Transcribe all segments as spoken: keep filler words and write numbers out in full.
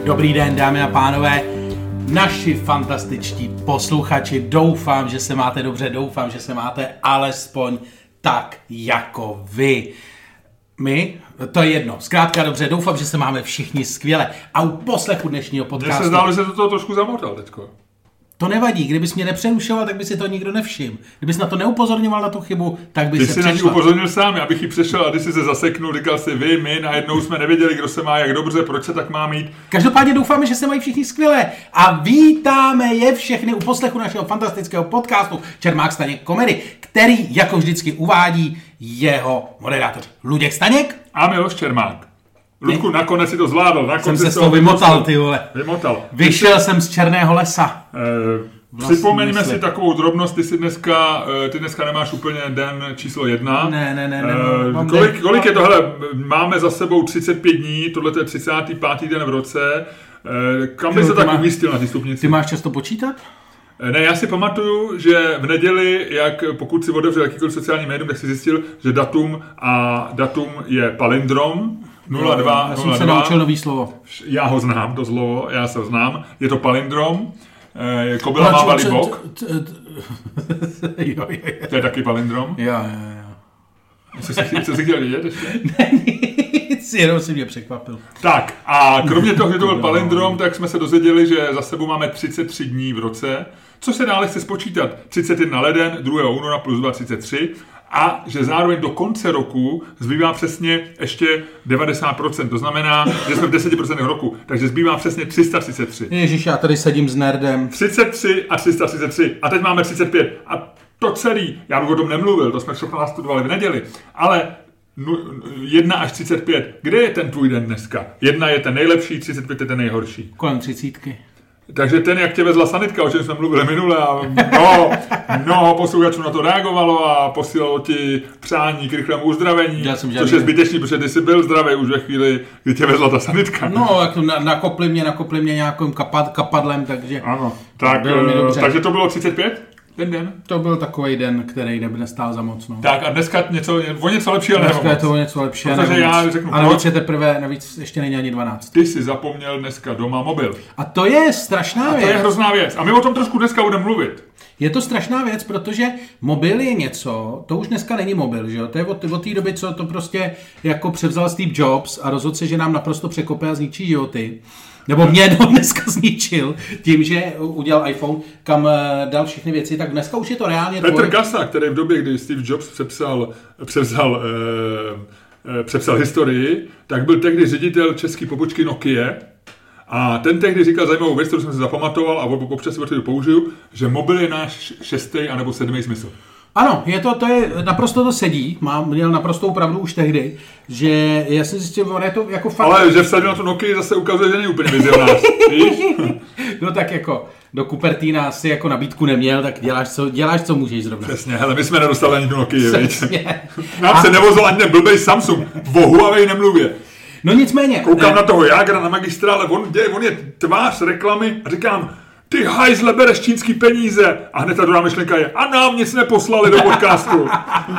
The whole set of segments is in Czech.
Dobrý den, dámy a pánové, naši fantastičtí posluchači, doufám, že se máte dobře, doufám, že se máte alespoň tak jako vy. My? To je jedno. Zkrátka dobře, doufám, že se máme všichni skvěle. A u poslechu dnešního podcastu... Mně se zdálo, že se do toho trošku zamotal teďko. To nevadí, kdybys mě nepřerušoval, tak by si to nikdo nevšiml. Kdybys na to neupozorňoval na tu chybu, tak by ty se přešla. Ty jsi na ní upozornil sám, abych ji přešel a když jsi se zaseknul, říkal si vy, my, najednou jsme nevěděli, kdo se má jak dobře, proč se tak má mít. Každopádně doufáme, že se mají všichni skvěle a vítáme je všechny u poslechu našeho fantastického podcastu Čermák Staněk Komedy, který jako vždycky uvádí jeho moderátor Luděk Staněk a Miloš Čermák. Ludku, nakonec si to zvládl. Nakonec jsem se z toho vymotal, ty vole. Vymotal. Vyšel jsem z černého lesa. E, připomeňme si takovou drobnost, ty si dneska, ty dneska nemáš úplně den číslo jedna. Ne, ne, ne. ne e, kolik, den, kolik je tohle? Máme za sebou třicet pět dní, tohle je třicátý pátý den v roce. E, kam by se tak umístil na ty stupnici? Ty máš často počítat? Ne, já si pamatuju, že v neděli, jak pokud si otevřel jakýkoliv sociální médium, tak si zjistil, že datum a datum je palindrom. nula dva, já jsem se naučil nový slovo. Já ho znám, to slovo, já se ho znám. Je to palindrom. Kobila má malý bok. To je taky palindrom. Jo, jo, jo. Co jsi, co jsi chtěl vědět ještě? Ne, nic, jenom si mě překvapil. Tak a kromě toho, že to byl palindrom, tak jsme se dozvěděli, že za sebou máme třicet tři dní v roce. Co se dále chce spočítat? třicet jedna leden, druhého února plus dva, třicet tři. A že zároveň do konce roku zbývá přesně ještě devadesát procent. To znamená, že jsme v deset procent roku. Takže zbývá přesně tři sta třicet tři. Ježiš, já tady sedím s nerdem. třicet tři a tři sta třicet tři. A teď máme třicet pět. A to celý, já bych o tom nemluvil, to jsme všechno nastudovali v neděli. Ale jedna až třicet pět. Kde je ten tvůj den dneska? Jedna je ten nejlepší, třicet pět je ten nejhorší. Kolem třicítky. Takže ten, jak tě vezla sanitka, o čem jsme mluvili minule a mnoho, mnoho posluchačů na to reagovalo a posílalo ti přání k rychlému uzdravení, což je zbytečný, protože ty jsi byl zdravý už ve chvíli, kdy tě vezla ta sanitka. No, jak to nakopli mě, nakopli mě nějakým kapad, kapadlem, takže ano, tak, takže to bylo třicet pět? Ten den? To byl takový den, který nestál za moc. No. Tak a dneska něco, o něco lepšího nebo Dneska je to o něco lepšího. Protože já řeknu, a navíc je teprve, navíc ještě není ani dvanáct. Ty jsi zapomněl dneska doma mobil. A to je strašná a věc. to je hrozná věc. A my o tom trošku dneska budeme mluvit. Je to strašná věc, protože mobil je něco, to už dneska není mobil, že jo? To je od, od té doby, co to prostě jako převzal Steve Jobs a rozhodl se, že nám naprosto překope a zničí životy. Nebo mě dneska zničil tím, že udělal iPhone, kam dal všechny věci, tak dneska už je to reálně Petr tvoj... Kasa, který v době, kdy Steve Jobs přepsal, přepsal, eh, přepsal historii, tak byl tehdy ředitel české pobočky Nokia a ten tehdy říkal zajímavou věc, kterou jsem si zapamatoval a občas si to použiju, že mobil je náš šestý anebo sedmý smysl. Ano, je to, to je, naprosto to sedí, mám, měl naprostou pravdu už tehdy, že já jsem zjistil, ono je to jako fakt... Ale že vsadil na tu Nokia zase ukazuje, že není úplně vizionář, víš? No tak jako do Cupertina si jako nabídku neměl, tak děláš co, děláš, co můžeš zrovna. Přesně, hele, my jsme nedostali ani tu Nokia, víš? Nám a... se nevozil ani ten blbej Samsung, o Huawei nemluvě. No nicméně... Koukám ne... na toho Jágra na magistrále, on, děje, on je tvář reklamy a říkám... Ty hajzle, bereš čínský peníze. A hned ta druhá myšlenka je, a nám nic neposlali do podcastu.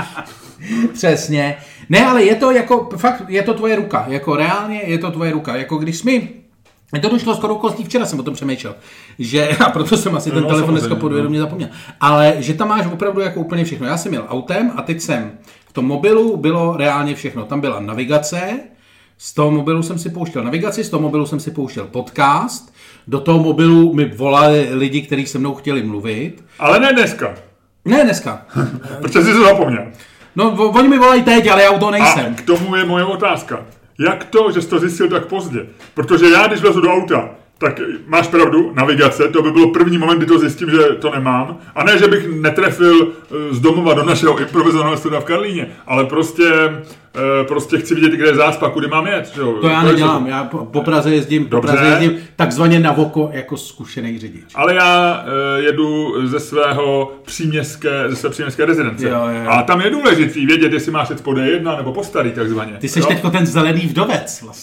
Přesně. Ne, ale je to jako, fakt, je to tvoje ruka. Jako reálně je to tvoje ruka. Jako když mi, to došlo skoro okolností, včera jsem o tom přemýšlel, že, a proto jsem asi ten no, telefon dneska podvědomě zapomněl, ale že tam máš opravdu jako úplně všechno. Já jsem jel autem a teď jsem, v tom mobilu bylo reálně všechno. Tam byla navigace, z toho mobilu jsem si pouštěl navigaci, z toho mobilu jsem si pouštěl podcast, do toho mobilu mi volali lidi, kteří se mnou chtěli mluvit. Ale ne dneska. Ne dneska. Protože jsi to zapomněl. No, oni mi volají teď, ale já u toho nejsem. A k tomu je moje otázka. Jak to, že jsi to zjistil tak pozdě? Protože já, když vlezu do auta, tak máš pravdu, navigace, to by bylo první moment, kdy to zjistím, že to nemám. A ne, že bych netrefil z domova do našeho improvizovaného studia v Karlíně, ale prostě, prostě chci vidět, kde je zácpa, kudy mám jet. Že? To já to nedělám, já po, po Praze jezdím, po Praze jezdím takzvaně na voko jako zkušený řidič. Ale já jedu ze svého příměstské, ze své příměstské rezidence. Jo, jo. A tam je důležitý vědět, jestli máš jet po D jedna nebo po starý takzvaně. Ty jsi teďko ten zelený vdovec vlastně.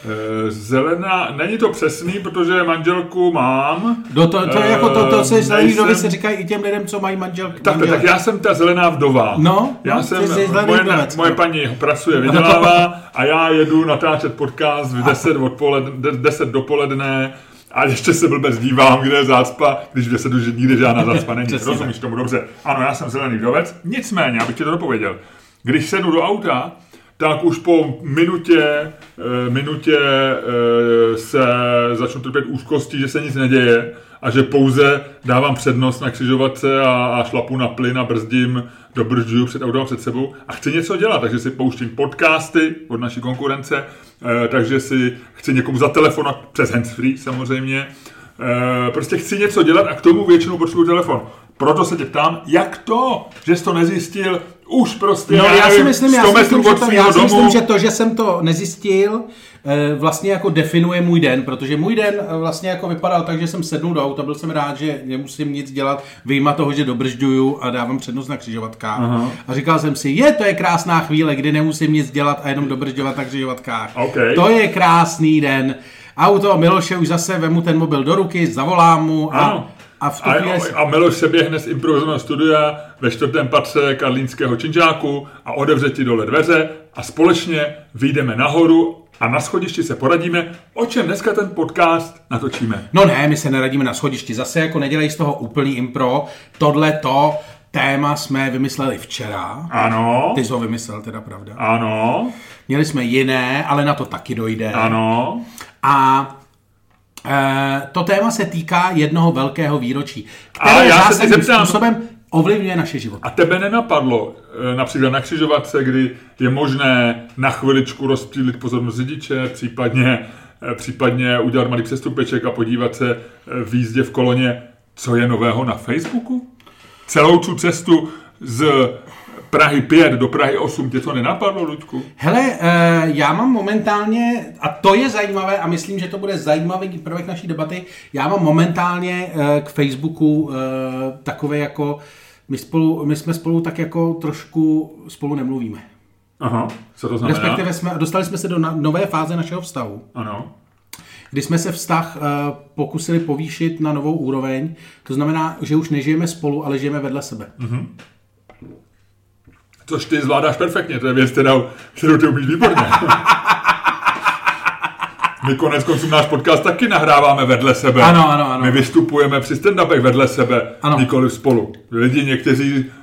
Zelená, není to přesný, protože manželku mám. Do to, to, jako to, to se zelený vdovy se říkají i těm lidem, co mají manželku. Tak, tak já jsem ta zelená vdova. No, já no, jsem, jsi moje, vdovec, moje no. paní pracuje, vydělává a já jedu natáčet podcast v deset, odpoledne, deset dopoledne a ještě se blbec dívám, kde je zácpa, když v deset už nikde žádná zácpa není. Rozumíš tomu dobře? Ano, já jsem zelený vdovec, nicméně, abych ti to dopověděl. Když sedu do auta, tak už po minutě, minutě se začnu trpět úzkostí, že se nic neděje a že pouze dávám přednost na křižovatce a, a šlapu na plyn a brzdím, dobržďuju před autem před sebou a chci něco dělat, takže si pouštím podcasty od naší konkurence, takže si chci někomu zatelefonovat přes handsfree samozřejmě, prostě chci něco dělat a k tomu většinou potřebuji telefon. Proto se tě ptám, jak to, že jsi to nezjistil už prostě, no, já, já si myslím, já si myslím, že to, já si myslím, že to, že jsem to nezjistil, vlastně jako definuje můj den, protože můj den vlastně jako vypadal tak, že jsem sednul do auta, byl jsem rád, že nemusím nic dělat, vyjma toho, že dobržďuju a dávám přednost na křižovatkách. Aha. A říkal jsem si, je, to je krásná chvíle, kdy nemusím nic dělat a jenom dobržďovat na křižovatkách. Okay. To je krásný den. Auto Miloše už zase vemu ten mobil do ruky, zavolám mu a... Ano. A, v tu a, chvíli... a Miloš se běhne z improvizovaného studia ve čtvrtém patře karlínského činžáku a otevře ti dole dveře a společně vyjdeme nahoru a na schodišti se poradíme, o čem dneska ten podcast natočíme. No ne, my se neradíme na schodišti, zase jako nedělej z toho úplný impro, tohleto téma jsme vymysleli včera. Ano. Ty jsi ho vymyslel, teda pravda. Ano. Měli jsme jiné, ale na to taky dojde. Ano. A e, to téma se týká jednoho velkého výročí, které já zásadním způsobem ovlivňuje naše životy. A tebe nenapadlo například na křižovatce, kdy je možné na chviličku rozptýlit pozornost řidiče, případně, případně udělat malý přestupeček a podívat se v jízdě v koloně, co je nového na Facebooku? Celou tu cestu z Prahy pět do Prahy osm tě to nenapadlo, Luďku? Hele, já mám momentálně, a to je zajímavé a myslím, že to bude zajímavý prvek naší debaty, já mám momentálně k Facebooku takové jako, my, spolu, my jsme spolu tak jako trošku spolu nemluvíme. Aha, co to znamená? Respektive jsme, dostali jsme se do nové fáze našeho vztahu. Ano. Kdy jsme se vztah uh, pokusili povýšit na novou úroveň. To znamená, že už nežijeme spolu, ale žijeme vedle sebe. Mm-hmm. Což ty zvládáš perfektně, to je věc, kterou, kterou ty umíš výborně. My konec konců náš podcast taky nahráváme vedle sebe. Ano, ano, ano. My vystupujeme při stand-upech vedle sebe, ano. Nikoliv spolu. Lidi někteří e,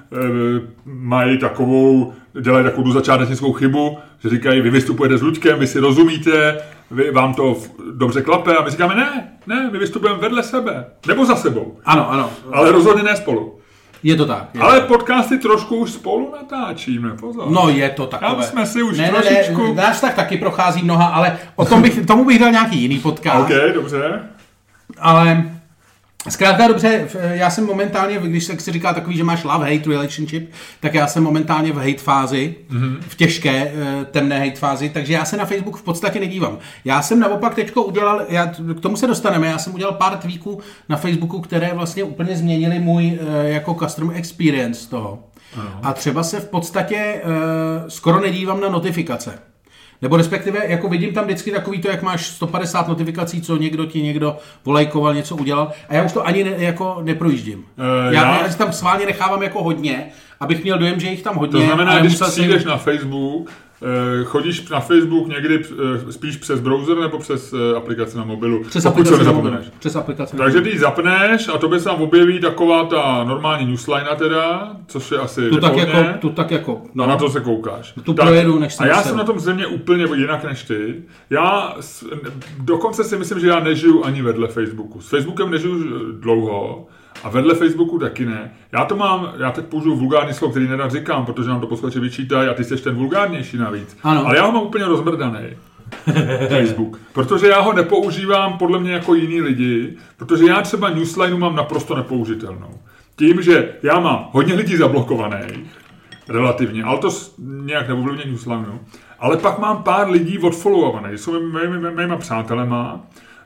mají takovou, dělají takovou začátečnickou chybu, že říkají, vy vystupujete s Luďkem, vy si rozumíte, vy, vám to dobře klape a my říkáme, ne, ne, my vystupujeme vedle sebe, nebo za sebou. Ano, ano. Ale rozhodně ne spolu. Je to tak. Je Ale to podcasty trošku už spolu natáčíme, pozor. No je to takové. Tam jsme si už ne, trošičku... Ne, ne, náš tak taky prochází mnoha, ale o tom bych, tomu bych dal nějaký jiný podcast. OK, dobře. Ale zkrátka dobře, já jsem momentálně, když se si říká takový, že máš love-hate relationship, tak já jsem momentálně v hate fázi, mm-hmm. v těžké, temné hate fázi, takže já se na Facebook v podstatě nedívám. Já jsem naopak teďko udělal, já, k tomu se dostaneme, já jsem udělal pár tweaků na Facebooku, které vlastně úplně změnily můj jako customer experience toho. Ano. A třeba se v podstatě skoro nedívám na notifikace. Nebo respektive, jako vidím tam vždycky takový to, jak máš sto padesát notifikací, co někdo ti někdo volajkoval, něco udělal, a já už to ani ne, jako neprojíždím. Uh, já, já... já si tam sválně nechávám jako hodně, abych měl dojem, že jich tam hodně. To znamená, když přijdeš si... na Facebook, chodíš na Facebook někdy spíš přes browser nebo přes aplikaci na mobilu? Přes aplikaci na mobilu. Přes aplikaci na Takže ty ji zapneš a tobě se tam objeví taková ta normální newsline teda, což je asi tu tak jako, tu tak jako, no. A na to se koukáš. Tu tak, projedu, než a já jsem na tom země úplně jinak než ty. Já dokonce si myslím, že já nežiju ani vedle Facebooku. S Facebookem nežiju dlouho. A vedle Facebooku taky ne. Já to mám, já teď použiju vulgární slovo, který nerad říkám, protože nám to posluchači vyčítají a ty jsi ten vulgárnější navíc. Ano. Ale já ho mám úplně rozmrdaný. Facebook. Protože já ho nepoužívám podle mě jako jiní lidi, protože já třeba newslineu mám naprosto nepoužitelnou. Tím, že já mám hodně lidí zablokovaných, relativně, ale to nějak neovlivňuje newslineu, ale pak mám pár lidí odfollowovaných, jsou mými, mými, mými přátelema,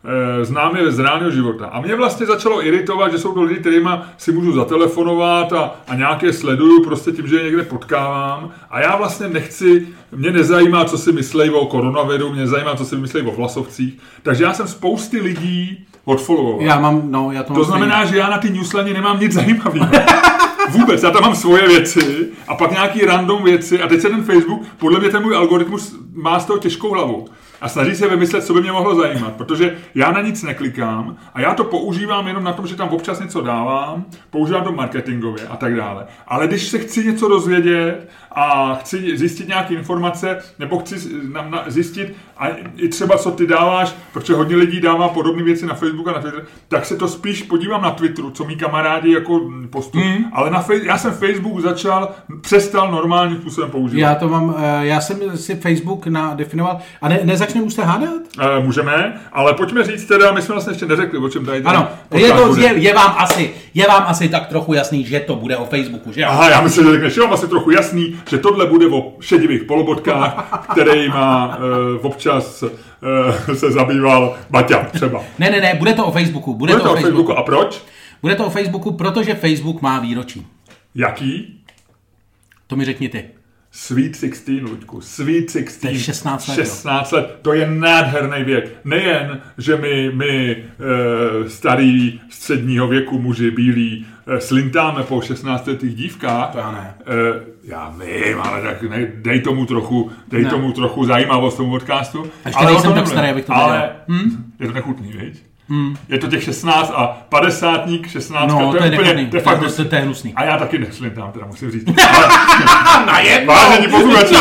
e, znám je z reálného života. A mě vlastně začalo iritovat, že jsou to lidi, kterýma si můžu zatelefonovat a, a nějaké sleduju prostě tím, že je někde potkávám. A já vlastně nechci, mě nezajímá, co si myslejí o koronaviru, mě zajímá, co si myslejí o vlasovcích. Takže já jsem spousty lidí odfollowoval. Já mám, no, já to, to znamená, stejně. Že já na ty newslani nemám nic zajímavého. Vůbec, já tam mám svoje věci a pak nějaký random věci a teď se ten Facebook, podle mě ten můj algoritmus má z toho těžkou hlavu a snaží se vymyslet, co by mě mohlo zajímat, protože já na nic neklikám a já to používám jenom na tom, že tam občas něco dávám, používám to marketingově a tak dále. Ale když se chci něco dozvědět a chci zjistit nějaké informace, nebo chci zjistit a i třeba, co ty dáváš, protože hodně lidí dává podobné věci na Facebook a na Twitter, tak se to spíš podívám na Twitteru, co mý kamarádi jako postup. Mm. Ale na Face- já jsem Facebook začal, přestal normálním způsobem používat. Já to mám, já jsem si Facebook nadefinoval. A ne, nezačneme už se hádat? E, můžeme, ale pojďme říct teda, my jsme vlastně ještě neřekli, o čem tady. Ano, je, to, je, je, vám asi, je vám asi tak trochu jasný, že to bude o Facebooku, že? Aha, já myslím, že řekneš, že vám asi trochu jasný, že tohle bude o šedivých polobotkách, který má uh, občas uh, se zabýval Baťa třeba. Ne, ne, ne, bude to o Facebooku. Bude, bude to, to o Facebooku. Facebooku. A proč? Bude to o Facebooku, protože Facebook má výročí. Jaký? To mi řekni ty. Sweet šestnáct, Luďku, Sweet šestnáct. To je šestnáct let. šestnáct let, to je nádherný věk. Nejen, že my, my e, starý středního věku muži bílí e, slintáme po šestnáctiletých dívkách. To já ne. E, já vím, ale tak ne, dej tomu trochu, dej ne. tomu trochu zajímavost tomu podcastu. Ještě ale nejsem tak starý, abych to věděl. Ale hm? Je to nechutný, viď? Hmm. Je to těch šestnáct a padesátník, šestnáct, no, to, to je je úplně, to je fakt to, to je hnusný. A já taky neslintám, teda musím říct. Na jedno! Vážení posluchači,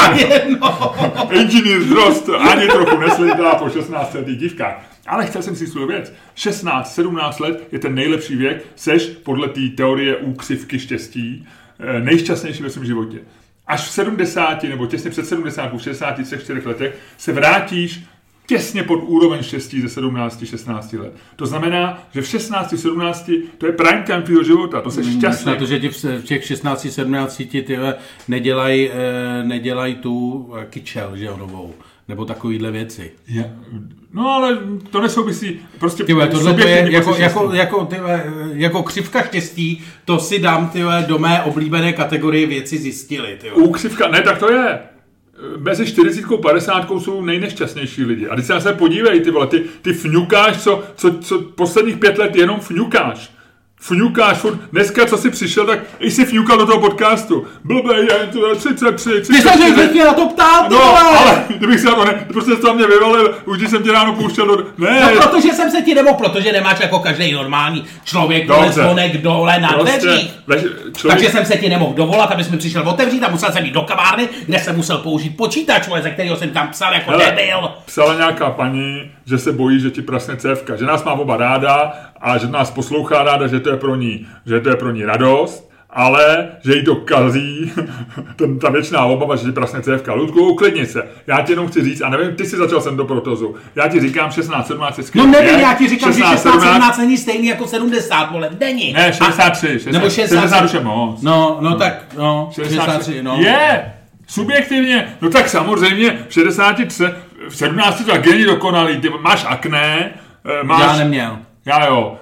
inženýr Drost ani trochu neslintá po šestnáctiletých dívkách. Ale chtěl jsem si svou věc. šestnáct sedmnáct let je ten nejlepší věk, seš podle té teorie úkřivky štěstí nejšťastnější ve svém životě. Až v sedmdesáti nebo těsně před sedmdesáti, v šedesáti třech letech se vrátíš těsně pod úroveň štěstí ze sedmnácti šestnácti let. To znamená, že v šestnácti sedmnácti to je prime time tvýho života, to jsi šťastný. Na to, že ti v těch šestnácti sedmnácti ti tyhle nedělají nedělaj tu kyčel, že jo, novou. Nebo takovýhle věci. Je, no ale to nesouvisí. Prostě tyhle, tohle to je jako, jako, jako, tyhle, jako křivka štěstí, to si dám tyhle, do mé oblíbené kategorie věci zjistili. Tyhle. U křivka, ne, tak to je. Mezi čtyřicítkou a padesátkou jsou nejnešťastnější lidi. A když se na sebe podívej, ty vole, ty, ty fňukáš, co, co, co posledních pět let jenom fňukáš. Fňukáš furt. Dneska, co jsi přišel, tak i si fňukal do toho podcastu. Blbej, je třicet tři, třicet čtyři. Ty jsi se na to ptát, no, ale kdybych se na to ne, prostě jsi to mě vyvalil, už když jsem tě ráno pouštěl do... Ne. No, protože jsem se ti nemohl, protože nemáš jako každý normální člověk dole zvonek dole na dveřích. Člověk... Takže jsem se ti nemohl dovolat, abys mi přišel otevřít a musel jsem jít do kavárny, kde jsem musel použít počítač, ze kterého jsem tam psal jako debil. Psala nějaká paní, že se bojí, že ti prasne cévka, že nás má oba ráda a že nás poslouchá ráda, že to je pro ní, že to je pro ní radost, ale že jí to kazí, ten, ta věčná obava, že ti prasne cévka. Ludku, uklidni se. Já ti jenom chci říct, a nevím, ty jsi začal sem do protozu. Já ti říkám šestnáct sedmnáct je skvělý. No nevím, já ti říkám, šestnáct, že šestnáct sedmnáct není stejný jako sedmdesát, vole, není. Ne, šedesát tři, šedesát, nebo šedesát, šedesát už je moc. No, no tak, no, šedesát tři, no. Je, subjektivně, no tak samozřejmě v šedesáti třech, v sedmnácti to tak není dokonalý, ty máš akné, máš... Já neměl. Já jo.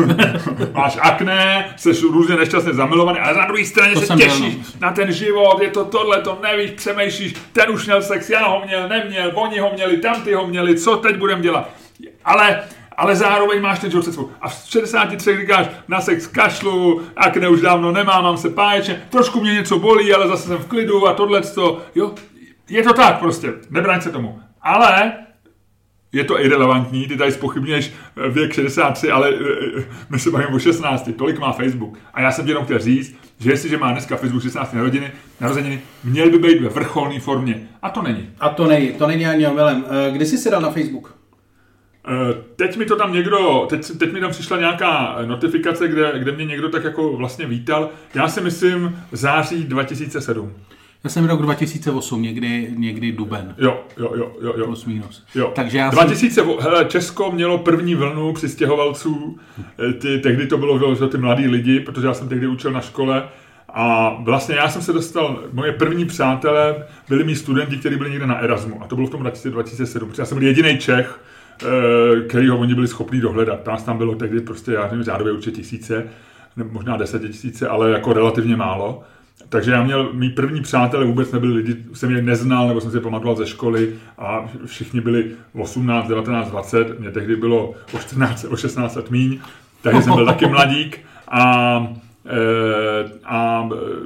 Máš akné, jsi různě nešťastně zamilovaný, ale na druhé straně to se těšíš byl, no. na ten život, je to tohle, to nevíš, přemýšlíš, ten už měl sex, já ho měl, neměl, oni ho měli, tam ty ho měli, co teď budeme dělat. Ale, ale zároveň máš ten život se svou. A v šedesáti třech říkáš, na sex kašlu, akné už dávno nemám, mám se páječně, trošku mě něco bolí, ale zase jsem v klidu a tohleto. Jo, je to tak prostě, nebraň se tomu. Ale... Je to irelevantní, ty tady zpochybňuješ věk šedesát tři, ale my se bavíme o šestnácti, tolik má Facebook. A já jsem ti jenom chtěl říct, že jestliže má dneska Facebook šestnácté narozeniny, narozeniny, měl by být ve vrcholné formě. A to není. A to není, to není ani omylem. Kdy jsi si dal na Facebook? Teď mi to tam někdo, teď, teď mi tam přišla nějaká notifikace, kde, kde mě někdo tak jako vlastně vítal. Já si myslím září dva tisíce sedm. Já jsem rok dva tisíce osm, někdy, někdy duben. Jo, jo, jo, jo, jo. Plus minus. Jo. Takže já dva tisíce, jsem... hele, Česko mělo první vlnu přistěhovalců, ty, tehdy to bylo že ty mladí lidi, protože já jsem tehdy učil na škole a vlastně já jsem se dostal, moje první přátelé byli mý studenti, kteří byli někde na Erasmu a to bylo v tom dva tisíce sedm, protože já jsem byl jediný Čech kterýho oni byli schopni dohledat. Tam tam bylo tehdy prostě, já nevím, řádově určitě tisíce, nebo možná desetitisíce, ale jako relativně málo. Takže já měl, mý první přátelé vůbec nebyli lidi, jsem je neznal, nebo jsem si je pamatoval ze školy a všichni byli osmnáct, devatenáct, dvacet, mě tehdy bylo o čtrnáct, o šestnáct let míň, takže jsem byl taky mladík a, a,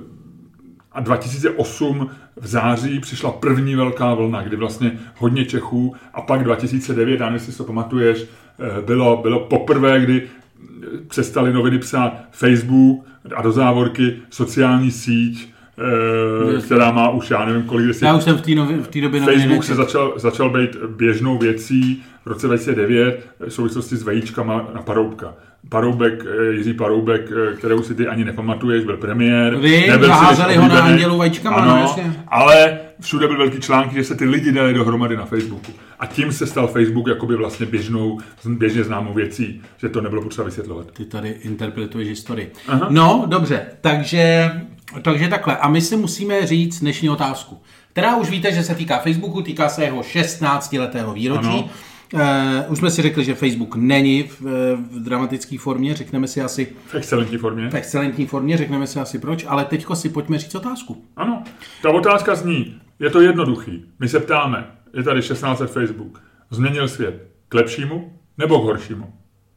a dva tisíce osm v září přišla první velká vlna, kdy vlastně hodně Čechů a pak dva tisíce devět, já nevím, jestli si to pamatuješ, bylo, bylo poprvé, kdy přestali noviny psát Facebook a do závorky sociální síť, e, která má už, já nevím kolik, jestli... Já už jsem v té novi, době... Facebook se začal, začal být běžnou věcí v roce dva tisíce devět v souvislosti s vajíčkama na Paroubka. Paroubek, Jiří Paroubek, kterou si ty ani nepamatuješ, byl premiér. Vy, házeli ho na Andělu vajíčkama, ano, no jasně. Ale všude byl velký články, že se ty lidi dali dohromady na Facebooku. A tím se stal Facebook jakoby vlastně běžnou, běžně známou věcí, že to nebylo potřeba vysvětlovat. Ty tady interpretuješ historii. Aha. No, dobře, takže, takže takhle. A my si musíme říct dnešní otázku, která už víte, že se týká Facebooku, týká se jeho šestnáctiletého výročí. Ano. Uh, už jsme si řekli, že Facebook není v, v dramatické formě, řekneme si asi... V excelentní formě. V excelentní formě, řekneme si asi proč, ale teďko si pojďme říct otázku. Ano, ta otázka zní, je to jednoduchý. My se ptáme, je tady šestnáct let Facebook. Změnil svět k lepšímu nebo k horšímu?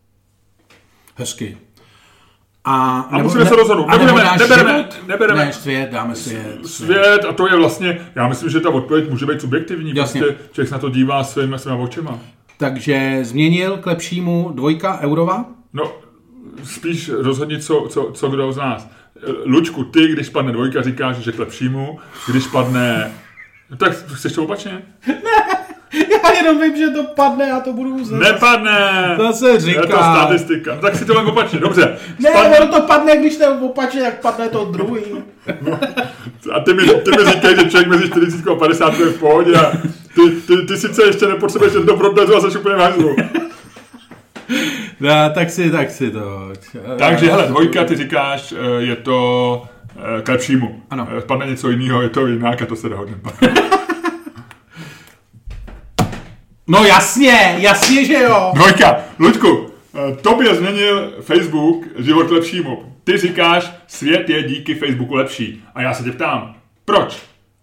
Hezky. A, a musíme ne, se rozhodnout. Nebudeme, nebereme, nebereme. Ne, svět, dáme svět. Svět a to je vlastně, já myslím, že ta odpověď může být subjektivní. Jasně. Prostě člověk na to dívá svýma, svýma očima. Takže změnil k lepšímu dvojka Eurova? No, spíš rozhodni, co, co, co kdo z nás. Lučku, ty, když padne dvojka, říkáš, že k lepšímu. Když padne... No tak chceš to opačně? Ne, já jenom vím, že to padne a to budu zase... Nepadne! Zase říká. Je to statistika. No, tak si to jen opačně, dobře. Ne, Spadne... ono to padne, když to opačně, jak padne to druhý. No. A ty mi, ty mi říkají, že člověk mezi čtyřicet a padesát je v pohodě a ty, ty, ty sice ještě nepotřebuješ jen dobrodlezu a seš úplně vážnou. No, tak si, tak si to... Takže, hele, dvojka, ty říkáš, je to k lepšímu. Ano. Padne něco jiného, je to jinak a to se dohodneme. No jasně, jasně, že jo. Dvojka, Luďku, tobě změnil Facebook život k lepšímu. Ty říkáš, svět je díky Facebooku lepší. A já se tě ptám, proč?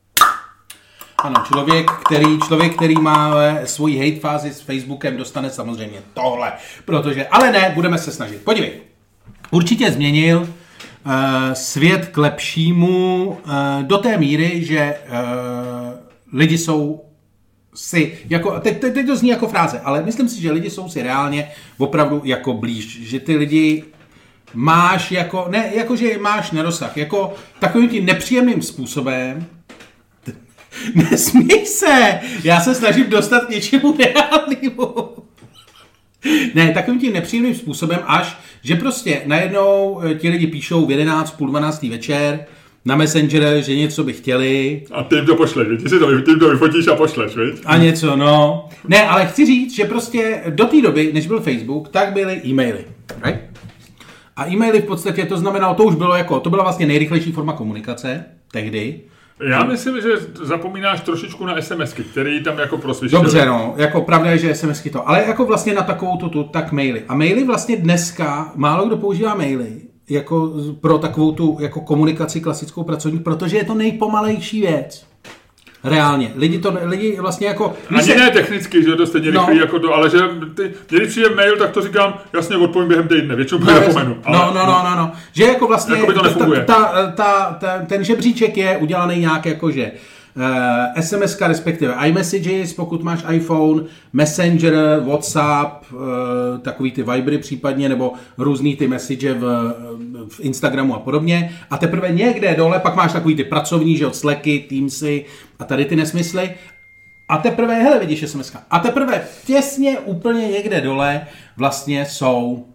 Ano, člověk, který, člověk, který má svoji hate fázi s Facebookem, dostane samozřejmě tohle. Protože, ale ne, budeme se snažit. Podívej, určitě změnil uh, svět k lepšímu uh, do té míry, že uh, lidi jsou si, jako, teď, teď, teď to zní jako fráze, ale myslím si, že lidi jsou si reálně opravdu jako blíž, že ty lidi máš jako, ne, jako že máš na dosah, jako takovým tím nepříjemným způsobem. Nesmíj se, já se snažím dostat k něčemu reálnému. Ne, takovým tím nepříjemným způsobem až, že prostě najednou ti lidi píšou v jedenáct, půl dvanáctý večer, na Messenger, že něco by chtěli. A ty jim to pošleš, ty si to, ty jim to vyfotíš a pošleš, viď? A něco, no. Ne, ale chci říct, že prostě do té doby, než byl Facebook, tak byly e-maily. Right? A e-maily v podstatě to znamenalo, to už bylo jako, to byla vlastně nejrychlejší forma komunikace tehdy. Já myslím, že zapomínáš trošičku na SMSky, který tam jako prosvištěl. Dobře, no, jako pravda je, že SMSky to, ale jako vlastně na takovou tu, tu tak maily. A maily vlastně dneska, málo kdo používá maily, jako pro takovou tu jako komunikaci klasickou pracovní, protože je to nejpomalejší věc. Reálně. Lidi to, lidi vlastně jako... Ani se... ne technicky, že je to stejně rychlý no. jako to, ale že ty, když přijde mail, tak to říkám, jasně odpovím během týdne, většinou no, zapomenu. Ale... No, no, no, no, no. Že jako vlastně... Jako by to nefunguje. Ta, ta, ta, ta, ten žebříček je udělaný nějak jako, že Uh, SMSka, respektive iMessages, pokud máš iPhone, Messenger, WhatsApp, uh, takový ty Vibery případně, nebo různý ty message v, v Instagramu a podobně. A teprve někde dole pak máš takový ty pracovní, že od Slacky, Teamsy a tady ty nesmysly. A teprve, hele, vidíš SMSka. A teprve těsně úplně někde dole vlastně jsou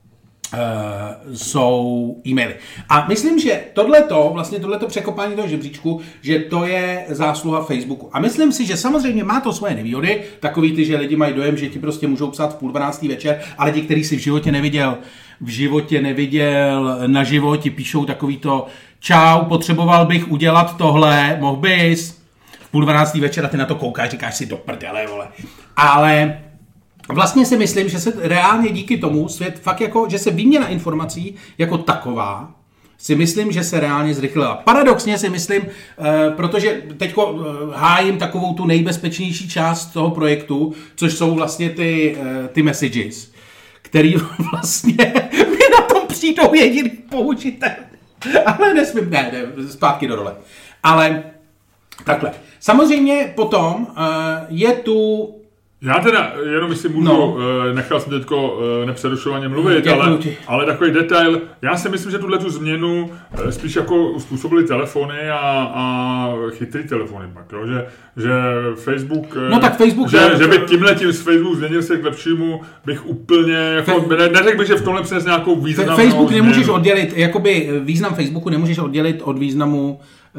Uh, jsou e-maily. A myslím, že tohleto, vlastně tohleto překopání toho žebříčku, že to je zásluha Facebooku. A myslím si, že samozřejmě má to svoje nevýhody, takový ty, že lidi mají dojem, že ti prostě můžou psát v půl dvanáctý večer, ale ti, který si v životě neviděl, v životě neviděl na životě, píšou takový to, čau, potřeboval bych udělat tohle, mohl bys? V půl dvanáctý večer a ty na to koukáš, říkáš si do prdele, vole. Ale vlastně si myslím, že se reálně díky tomu svět fakt jako, že se výměna informací jako taková, si myslím, že se reálně zrychlila. Paradoxně si myslím, eh, protože teďko eh, hájím takovou tu nejbezpečnější část toho projektu, což jsou vlastně ty, eh, ty messages, který vlastně mi na tom přijdou jediný použitel. Ale nesmím, ne, ne, zpátky do role. Ale takhle. Samozřejmě potom uh, je tu... Já teda, jenom jestli můžu, no. nechal jsem teďko nepřerušovaně mluvit, ale, ale takový detail, já si myslím, že tuhle tu změnu spíš jako způsobily telefony a, a chytrý telefony pak, jo? Že, že Facebook, no tak Facebook že, že by tímhletím z Facebook změnil se k lepšímu, bych úplně, jako, Fe... neřekl bych, že v tomhle přines nějakou významnou Facebook změnu. nemůžeš oddělit, jakoby význam Facebooku nemůžeš oddělit od významu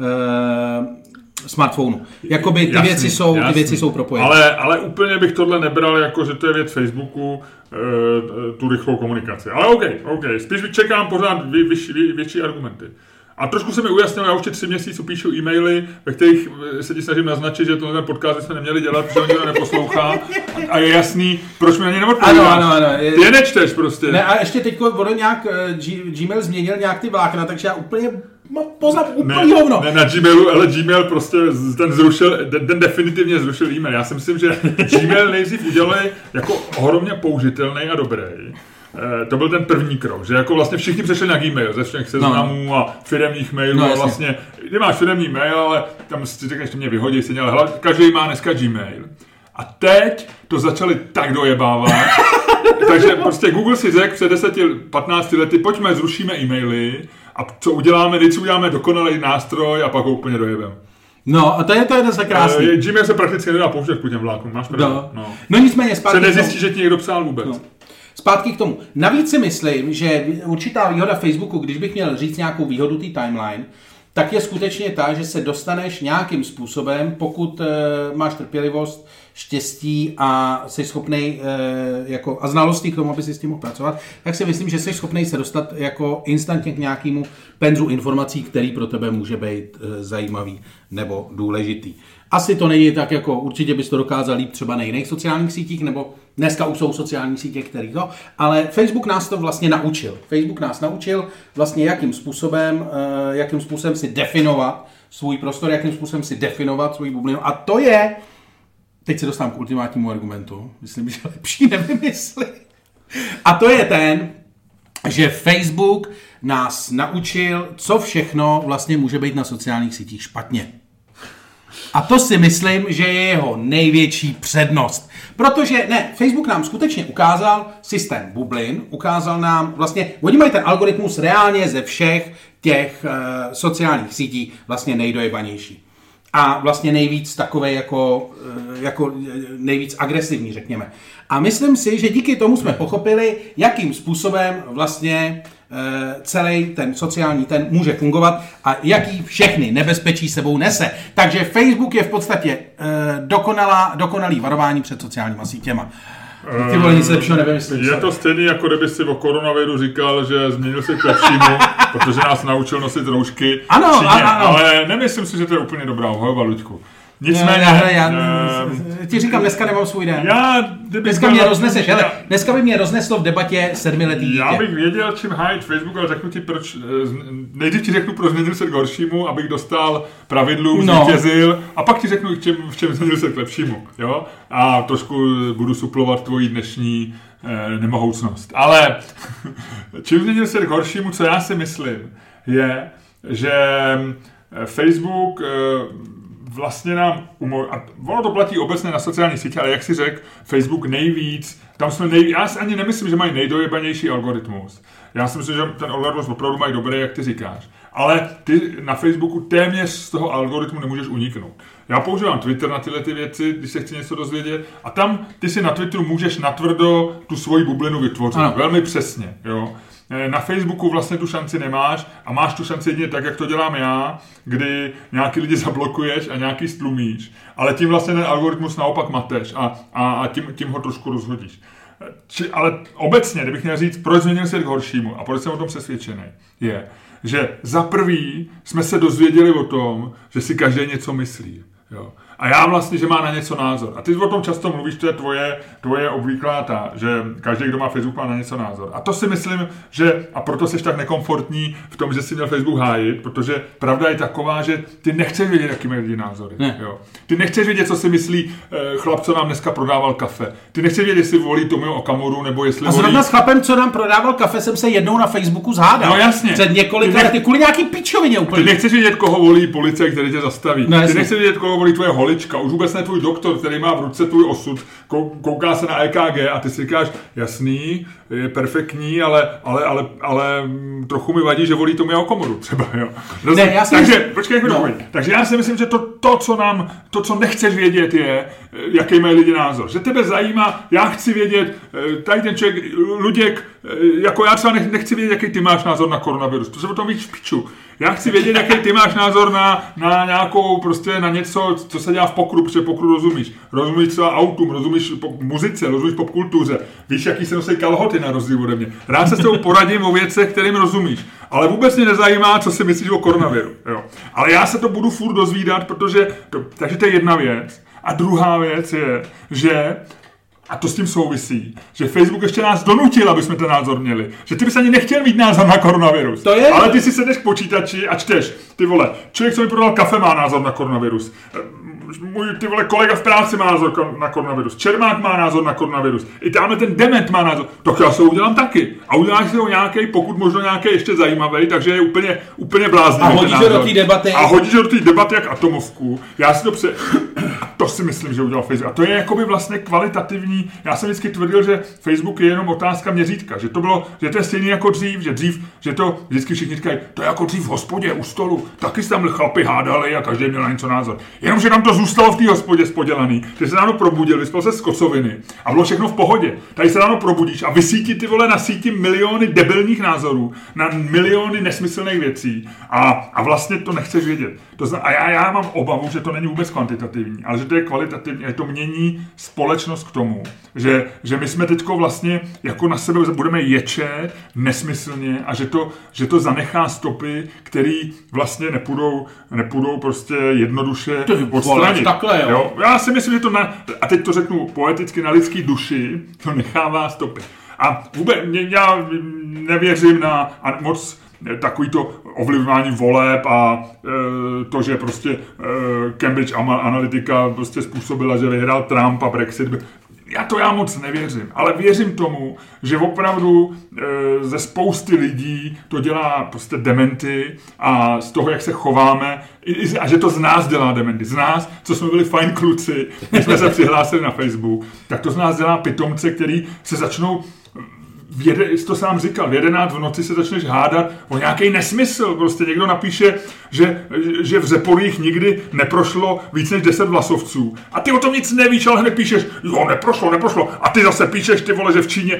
uh, smartphonu. Jakoby ty, jasný, věci, jsou, ty věci jsou propojené. Ale, ale úplně bych tohle nebral jako, že to je věc Facebooku, e, tu rychlou komunikaci. Ale OK, OK. Spíš čekám pořád vě, vě, vě, větší argumenty. A trošku se mi ujasnilo, já už tři měsíců píšu e-maily, ve kterých se ti snažím naznačit, že tenhle podcast jsme neměli dělat, protože on nikdo neposlouchá. A je jasný, proč mi na ně neodpovídáš. Ano, ano, ano. Ty je nečteš prostě. Ne, a ještě teďko ono nějak, G, Gmail změnil nějak ty vlákna, takže já úplně poznám úplně hovno. Ne, na Gmailu, ale Gmail prostě ten zrušil, ten, ten definitivně zrušil e-mail. Já si myslím, že Gmail nejdřív udělali jako ohromně použitelný a dobrý. E, to byl ten první krok, že jako vlastně všichni přešli na Gmail ze všech seznamů no. a firemních mailů no, a vlastně, ty máš firemní mail, ale tam si řekneš, že mě vyhodí stejně, ale hlavně, každý má dneska Gmail. A teď to začali tak dojebávat, takže prostě Google si řekl před deseti patnácti lety, pojďme, zrušíme e-maily a co uděláme, když uděláme dokonalý nástroj a pak ho úplně dojebeme. No a to je to jeden se krásný. E, Gmail se prakticky nedá použít k těm vlákům, máš pravdu. No. No. no nicméně zpátky. Se nezjistí, že ti někdo psal vůbec. No. Zpátky k tomu. Navíc si myslím, že určitá výhoda Facebooku, když bych měl říct nějakou výhodu té timeline, tak je skutečně ta, že se dostaneš nějakým způsobem, pokud e, máš trpělivost, štěstí a jsi schopnej e, jako, a znalostí k tomu, aby si s tím mohl pracovat, tak si myslím, že jsi schopnej se dostat jako instantně k nějakému penzu informací, který pro tebe může být e, zajímavý nebo důležitý. Asi to není tak, jako určitě bys to dokázal líp třeba na jiných sociálních sítích, nebo dneska už jsou sociální sítě, který to, ale Facebook nás to vlastně naučil. Facebook nás naučil vlastně, jakým způsobem, e, jakým způsobem si definovat svůj prostor, jakým způsobem si definovat svůj bublinu. A to je, teď se dostávám k ultimátnímu argumentu, myslím, že lepší nevymyslit. A to je ten, že Facebook nás naučil, co všechno vlastně může být na sociálních sítích špatně. A to si myslím, že je jeho největší přednost. Protože, ne, Facebook nám skutečně ukázal systém bublin, ukázal nám vlastně, oni mají ten algoritmus reálně ze všech těch uh, sociálních sítí vlastně nejdojebanější. A vlastně nejvíc takové jako, jako nejvíc agresivní, řekněme. A myslím si, že díky tomu jsme pochopili, jakým způsobem vlastně celý ten sociální ten může fungovat a jaký všechny nebezpečí sebou nese. Takže Facebook je v podstatě dokonalá, dokonalý varování před sociálníma sítěma. Ty vole, nic lepšího nevymyslím. Je to stejný, jako kdyby si o koronaviru říkal, že změnil se k lepšímu, protože nás naučil nosit roušky. Ano, ano, ano. Ale nemyslím si, že to je úplně dobrá obhajoba, Luďku. Nicméně... Já, já, já uh, ti říkám, dneska nemám svůj den. Já, dneska mě rozneseš, hele, dneska by mě rozneslo v debatě sedmiletý dítě. Já bych věděl, čím hájit Facebook, ale řeknu ti, proč, nejdřív ti řeknu, proč změnil se k horšímu, abych dostal pravidlům, no. zvítězil, a pak ti řeknu, v čem, v čem změnil se k lepšímu, jo? A trošku budu suplovat tvoji dnešní eh, nemohoucnost. Ale čím změnil se k horšímu, co já si myslím, je, že Facebook eh, vlastně nám umožňuje, a ono to platí obecně na sociálních sítích, ale jak si řekl, Facebook nejvíc, tam jsme nejvíc, já si ani nemyslím, že mají nejdojebanější algoritmus. Já si myslím, že ten algoritmus opravdu mají dobrý, jak ty říkáš. Ale ty na Facebooku téměř z toho algoritmu nemůžeš uniknout. Já používám Twitter na tyhle ty věci, když se chci něco dozvědět, a tam ty si na Twitteru můžeš natvrdo tu svoji bublinu vytvořit. Ano. Velmi přesně, jo. Na Facebooku vlastně tu šanci nemáš a máš tu šanci jedině tak, jak to dělám já, kdy nějaký lidi zablokuješ a nějaký stlumíš, ale tím vlastně ten algoritmus naopak mateš a, a, a tím, tím ho trošku rozhodíš. Či, ale obecně, kdybych měl říct, proč změnil se k horšímu a proč jsem o tom přesvědčený, je, že za prvý jsme se dozvěděli o tom, že si každý něco myslí. Jo. A já vlastně, že má na něco názor. A ty o tom často mluvíš, to je tvoje, tvoje obvyklá ta, že každý, kdo má Facebook, má na něco názor. A to si myslím, že, a proto jsi tak nekomfortní v tom, že jsi měl Facebook hájit, protože pravda je taková, že ty nechceš vědět, jaký mají lidi názory. Ne. Jo. Ty nechceš vědět, co si myslí chlap, co nám dneska prodával kafe. Ty nechceš vědět, jestli volí Tomio Okamuru, nebo jestli a volí... zrovna s chlapem, co nám prodával kafe, jsem se jednou na Facebooku zhádal. No jasně. Před několika lety, kvůli nějaký pičovině úplně. Ty nechceš vědět, koho volí policie, který tě zastaví. No, ty nechceš vědět, koho volí tvoje holička. Už vůbec ne tvůj doktor, který má v ruce tvůj osud, kouká se na E K G a ty si říkáš, jasný, je perfektní, ale, ale, ale, ale trochu mi vadí, že volí Tomia Okamuru třeba, jo. Ne, já si Takže, myslím... počkej, no. Takže já si myslím, že to, to, co nám, to, co nechceš vědět, je, jaký mají lidi názor. Že tebe zajímá, já chci vědět, tady ten člověk, Luděk, jako já třeba nechci vědět, jaký ty máš názor na koronavirus. To se o tom víš v piču. Já chci vědět, jaký ty máš názor na, na nějakou, prostě na něco, co se dělá v pokru, protože pokru rozumíš. Rozumíš třeba autům, rozumíš pop, muzice, rozumíš popkultuře. Víš, jaký se nosí kalhoty na rozdíl ode mě. Rád se s tebou poradím o věcech, kterým rozumíš. Ale vůbec mě nezajímá, co si myslíš o koronaviru. Jo. Ale já se to budu furt dozvídat, protože to, takže to je jedna věc. A druhá věc je, že a to s tím souvisí, že Facebook ještě nás donutil, aby jsme ten názor měli. Že ty bys ani nechtěl mít názor na koronavirus. To je. Ale ty si sedeš k počítači a čteš. Ty vole, člověk, co mi prodal kafe, má názor na koronavirus. Můj ty vole kolega v práci má názor na koronavirus. Čermák má názor na koronavirus. I tamhle ten dement má názor. Tak já se ho udělám taky. A uděláš si ho nějaký, pokud možno nějaký ještě zajímavý, takže je úplně, úplně bláznivý. A hodíš ho do té debaty. A hodíš ho do té debaty jak atomovku. Já si to pře... To si myslím, že udělal Facebook. A to je jakoby vlastně kvalitativní. Já jsem vždycky tvrdil, že Facebook je jenom otázka měřítka. Že to bylo, že to je stejný jako dřív, že dřív, že to vždycky všichni říkají, to je jako dřív v hospodě, u stolu. Taky se tam chlapi hádali a každý měl na něco názor. Jenomže tam to zůstalo v té hospodě spodělaný. Ty se ráno probudil, vyspal se z kocoviny a bylo všechno v pohodě. Tady se ráno probudíš a vysítí ty vole na síti miliony debilních názorů, na miliony nesmyslných věcí a, a vlastně to nechceš vědět. To znamená, a já, já mám obavu, že to není vůbec kvantitativní, ale že to je kvalitativní, že to mění společnost k tomu, že, že my jsme teďko vlastně jako na sebe budeme ječet nesmyslně a že to, že to zanechá stopy, které vlastně nepůjdou, nepůjdou prostě jednoduše odstranit. Takhle, jo. Jo? Já si myslím, že to na, a teď to řeknu poeticky, na lidský duši to nechává stopy. A vůbec já nevěřím na a moc takový to ovlivňování voleb a e, to, že prostě e, Cambridge Analytica prostě způsobila, že vyhrál Trump a Brexit. Já to já moc nevěřím, ale věřím tomu, že opravdu e, ze spousty lidí to dělá prostě dementy a z toho, jak se chováme, i, a že to z nás dělá dementy. Z nás, co jsme byli fajn kluci, když jsme se přihlásili na Facebook, tak to z nás dělá pitomce, který se začnou v jede, to sám říkal, v jedenáct v noci se začneš hádat o nějaký nesmysl. Prostě někdo napíše, že, že v Řeporích nikdy neprošlo víc než deset vlasovců. A ty o tom nic nevíš, ale hned píšeš, jo, neprošlo, neprošlo. A ty zase píšeš, ty vole, že v Číně.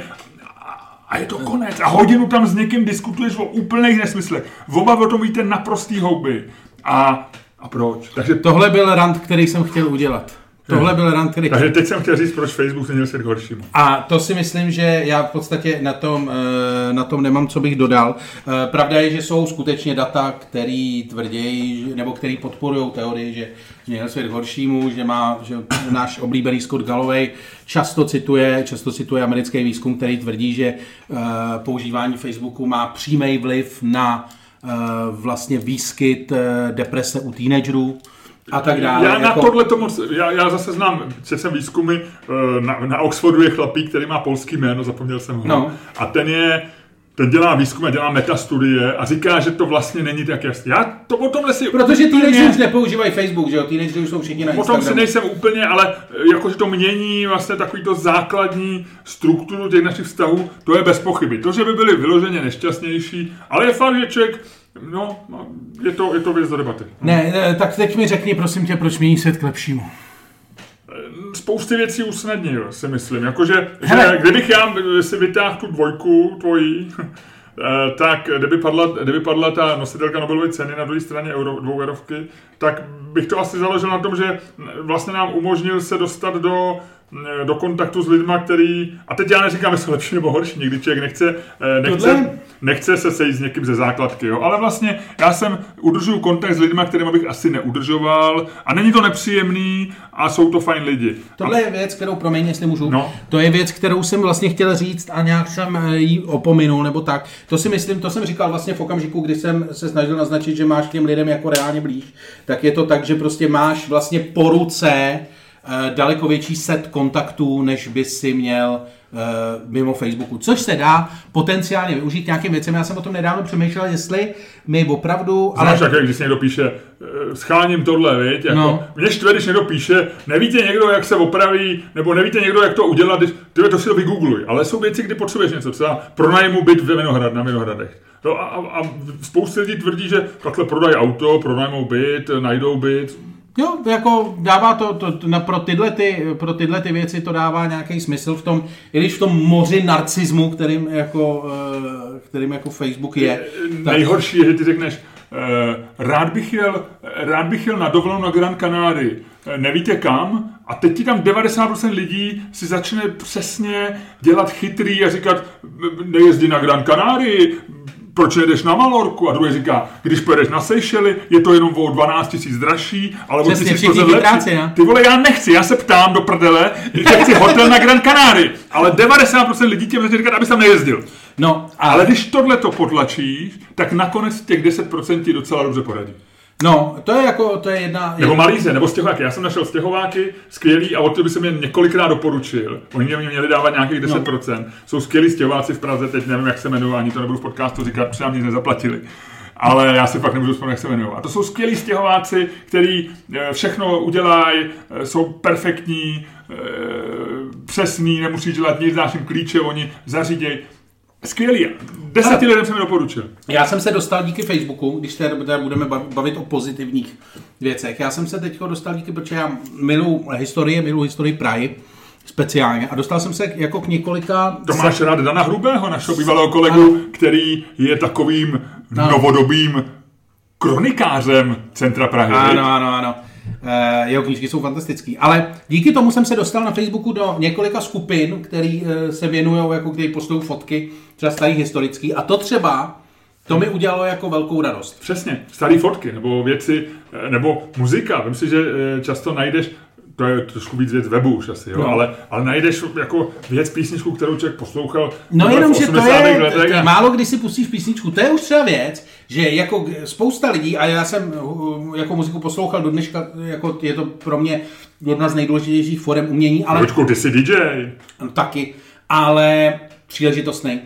A je to konec. A hodinu tam s někým diskutuješ o úplných nesmyslech. Oba o tom víte naprostý houby. A, a proč? Takže tohle byl rant, který jsem chtěl udělat. Tohle byl rant, který... Takže teď jsem chtěl říct, proč Facebook se měl svět horšímu. A to si myslím, že já v podstatě na tom, na tom nemám, co bych dodal. Pravda je, že jsou skutečně data, který tvrdí, nebo který podporují teorii, že měl svět horšímu, že má, že náš oblíbený Scott Galloway často cituje, často cituje americký výzkum, který tvrdí, že používání Facebooku má přímý vliv na vlastně výskyt deprese u teenagerů. A tak dále. Já na jako... tohle to moc, já, já zase znám, že jsem výzkumy, na, na Oxfordu je chlapík, který má polský jméno, zapomněl jsem ho. No. A ten je, ten dělá výzkum a dělá metastudie a říká, že to vlastně není tak jasný. Já to o tomhle si... Protože teenageři už nepoužívají Facebook, že jo? Teenageři už jsou všichni na Instagramu. O tom si nejsem úplně, ale jakože to mění vlastně takový to základní strukturu těch našich vztahů, to je bez pochyby. To, že by byli vyloženě nešťastnější, ale je fakt, že člověk... No, je to, je to věc do debaty. Ne, ne, tak teď mi řekni, prosím tě, proč mění svět k lepšímu. Spousty věcí usnadnil, si myslím. Jakože, že kdybych já si vytáhl tu dvojku tvojí, tak kdyby padla, kdyby padla ta nositelka Nobelovy ceny na druhé straně euro, dvou eurovky, tak bych to asi založil na tom, že vlastně nám umožnil se dostat do, do kontaktu s lidma, který... A teď já neříkám, jestli lepší nebo horší, nikdy člověk nechce... nechce nechce se sejít s někým ze základky, jo. Ale vlastně já jsem udržuju kontakt s lidmi, kterými bych asi neudržoval a není to nepříjemný a jsou to fajn lidi. Tohle je věc, kterou, promiň, jestli můžu, no. to je věc, kterou jsem vlastně chtěl říct a nějak jsem ji opominul, nebo tak. To si myslím, to jsem říkal vlastně v okamžiku, kdy jsem se snažil naznačit, že máš těm lidem jako reálně blíž, tak je to tak, že prostě máš vlastně po ruce daleko větší set kontaktů, než by si měl mimo Facebooku, což se dá potenciálně využít nějakým věcem. Já jsem o tom nedávno přemýšlel, jestli mi opravdu... Znáš, ale... jak když někdo píše, scháním tohle, viď? Jako, no. Mě štve, když někdo píše, nevíte někdo, jak se opraví, nebo nevíte někdo, jak to udělat, když... Tyhle, to si to vygoogluj, ale jsou věci, kdy potřebuješ něco, třeba pronajmu byt ve Vinohrad, na Vinohradech. No a, a, a spousta lidí tvrdí, že takhle prodají auto, pronajmou byt, najdou byt. Jo, jako dává to, to, to na, pro, tyhle ty, pro tyhle ty věci to dává nějaký smysl v tom, i když v tom moři narcismu, kterým jako, kterým jako Facebook je. Nejhorší je, že ty řekneš, rád bych jel, rád bych jel na dovolenou na Gran Canaria, nevíte kam? A teď ti tam devadesát procent lidí si začne přesně dělat chytrý a říkat, nejezdí na Gran Canaria, proč nejdeš na Malorku? A druhý říká, když pojedeš na Seychely, je to jenom o dvanáct tisíc dražší, ale o tisíc procent lepší. Ty vole, já nechci, já se ptám do prdele, já chci hotel na Gran Canaria, ale devadesát procent lidí tě může říkat, abys tam nejezdil. No, ale... ale když tohle to potlačíš, tak nakonec těch deset procent ti docela dobře poradí. No, to je jako, to je jedna... Nebo malíře, nebo stěhováky. Já jsem našel stěhováky, skvělý, a od toho by jsem je několikrát doporučil. Oni mě měli dávat nějakých deset procent. No. Jsou skvělí stěhováci v Praze, teď nevím, jak se jmenují, ani to nebudu v podcastu říkat, protože nám nic nezaplatili. Ale já si fakt nemůžu vzpomenout, jak se jmenují. A to jsou skvělí stěhováci, kteří všechno udělají, jsou perfektní, přesný, nemusí dělat nic, dáš jim klíče, oni zařídějí. Skvělý. Deseti lidem jsem mi doporučil. Já jsem se dostal díky Facebooku, když tady budeme bavit o pozitivních věcech. Já jsem se teď dostal díky, protože já miluji historii, miluji historii Prahy speciálně. A dostal jsem se jako k několika... To máš rád Dana Hrubého, našeho bývalého kolegu, ano. Který je takovým ano. novodobým kronikářem centra Prahy. Ano, ano, ano. Uh, jeho knížky jsou fantastický, ale díky tomu jsem se dostal na Facebooku do několika skupin, který uh, se věnují, jako který postují fotky, třeba starých historický, a to třeba, to mi udělalo jako velkou radost. Přesně, staré fotky, nebo věci, nebo muzika, vím si, že často najdeš, to je trošku víc věc webu už asi, jo? No. Ale, ale najdeš jako věc písničku, kterou člověk poslouchal. No jenom, že to je, letech, a... málo kdy si pustíš písničku, to je už třeba věc, že jako spousta lidí, a já jsem jako muziku poslouchal do dneška, jako je to pro mě jedna z nejdůležitějších forem umění, ale... Počku, ty jsi dý džej. Taky, ale příležitostnej.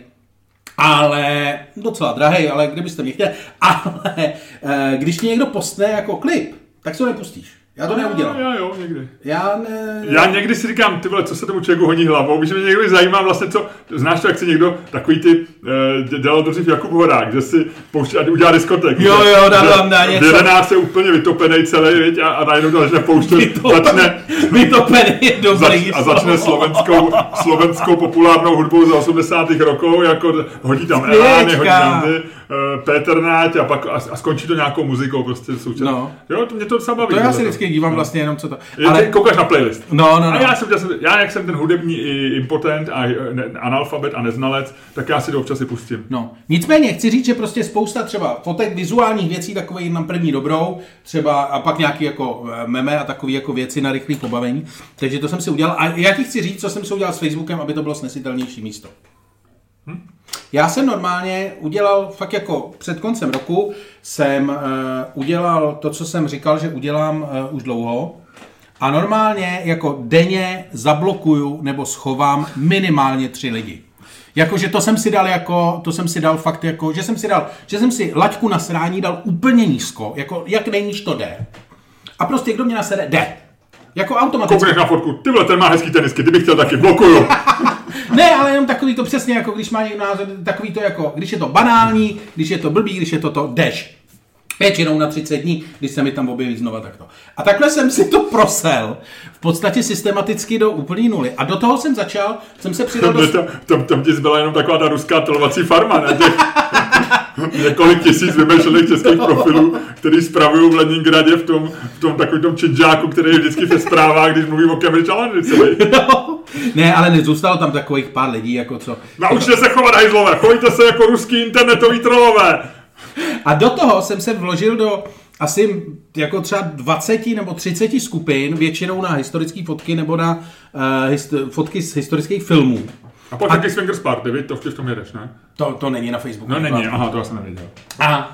Ale docela drahej, ale kdybyste mě chtěli, ale když ti někdo postne jako klip, tak si ho nepustíš. Já to neudělám. Já jo, někdy. Já ne... Já někdy si říkám, ty vole, co se tomu člověku honí hlavou, že mě někdy zajímá vlastně, co, znáš to, jak si někdo takový ty, uh, dělal to dřív Jakub Horák, že si pouští a udělá diskotek. Jo, jo, dávám na něco. V jedenáct je úplně vytopený celý, viď, a, a najednou to začne pouštět, začne... Vytopený je dobrý zač, A začne slovenskou, slovenskou populárnou hudbou za osmdesátých rokov, jako hodí tam Elány, hodí tam ty, uh, Péter Náť a pak a, a skončí to nějakou muzikou prostě současně. No. Jo, to mě to docela baví. To já si vždycky dívám vlastně jenom co to. Ale koukáš na playlist. No, no, no. A já jsem, já jak jsem ten hudební impotent a ne, analfabet a neznalec, tak já si to občas i pustím. No. Nicméně chci říct, že prostě spousta třeba fotek, vizuálních věcí, takových na první dobrou, třeba a pak nějaký jako meme a takové jako věci na rychlé pobavení. Takže to jsem si udělal. A já ti chci říct, co jsem si udělal s Facebookem, aby to bylo snesitelnější místo. Hm? Já jsem normálně udělal, fakt jako před koncem roku, jsem uh, udělal to, co jsem říkal, že udělám uh, už dlouho. A normálně jako denně zablokuju nebo schovám minimálně tři lidi. Jakože to jsem si dal jako, to jsem si dal fakt jako, že jsem si dal, že jsem si laťku na srání dal úplně nízko, jako jak nejníž to jde. A prostě kdo mě nasere, jde. Jako automaticky. Koukneš na fotku, ty vole, ten má hezký tenisky, ty bych chtěl taky, blokuju. Ne, ale jenom takový to přesně, jako když má někdo názor, takový to jako, když je to banální, když je to blbý, když je to to, jdeš. Většinou na třicet dní, když se mi tam objeví znova takto. A takhle jsem si to prosel v podstatě systematicky do úplný nuly. A do toho jsem začal, jsem se přidal do... Tam, tam, tam ti zbyla jenom taková ta ruská telovací farma, ne? Těch, několik tisíc vymýšlených českých profilů, který spravují v Leningradě v tom, v tom takovém tom čidžáku, který je vždycky ve zprávách, když mluví o Cambridge Analytice. No, Ne, ale nezůstalo tam takových pár lidí, jako co... Naučte se chovat hajzlové, chovejte se jako ruský internetový trolové. A do toho jsem se vložil do asi jako třeba dvacet nebo třicet skupin, většinou na historické fotky nebo na uh, hist- fotky z historických filmů. A pak taky Swingers Party, vy to v tom jedeš, ne? To, to není na Facebooku. No není, aha, to já jsem nevěděl. Aha.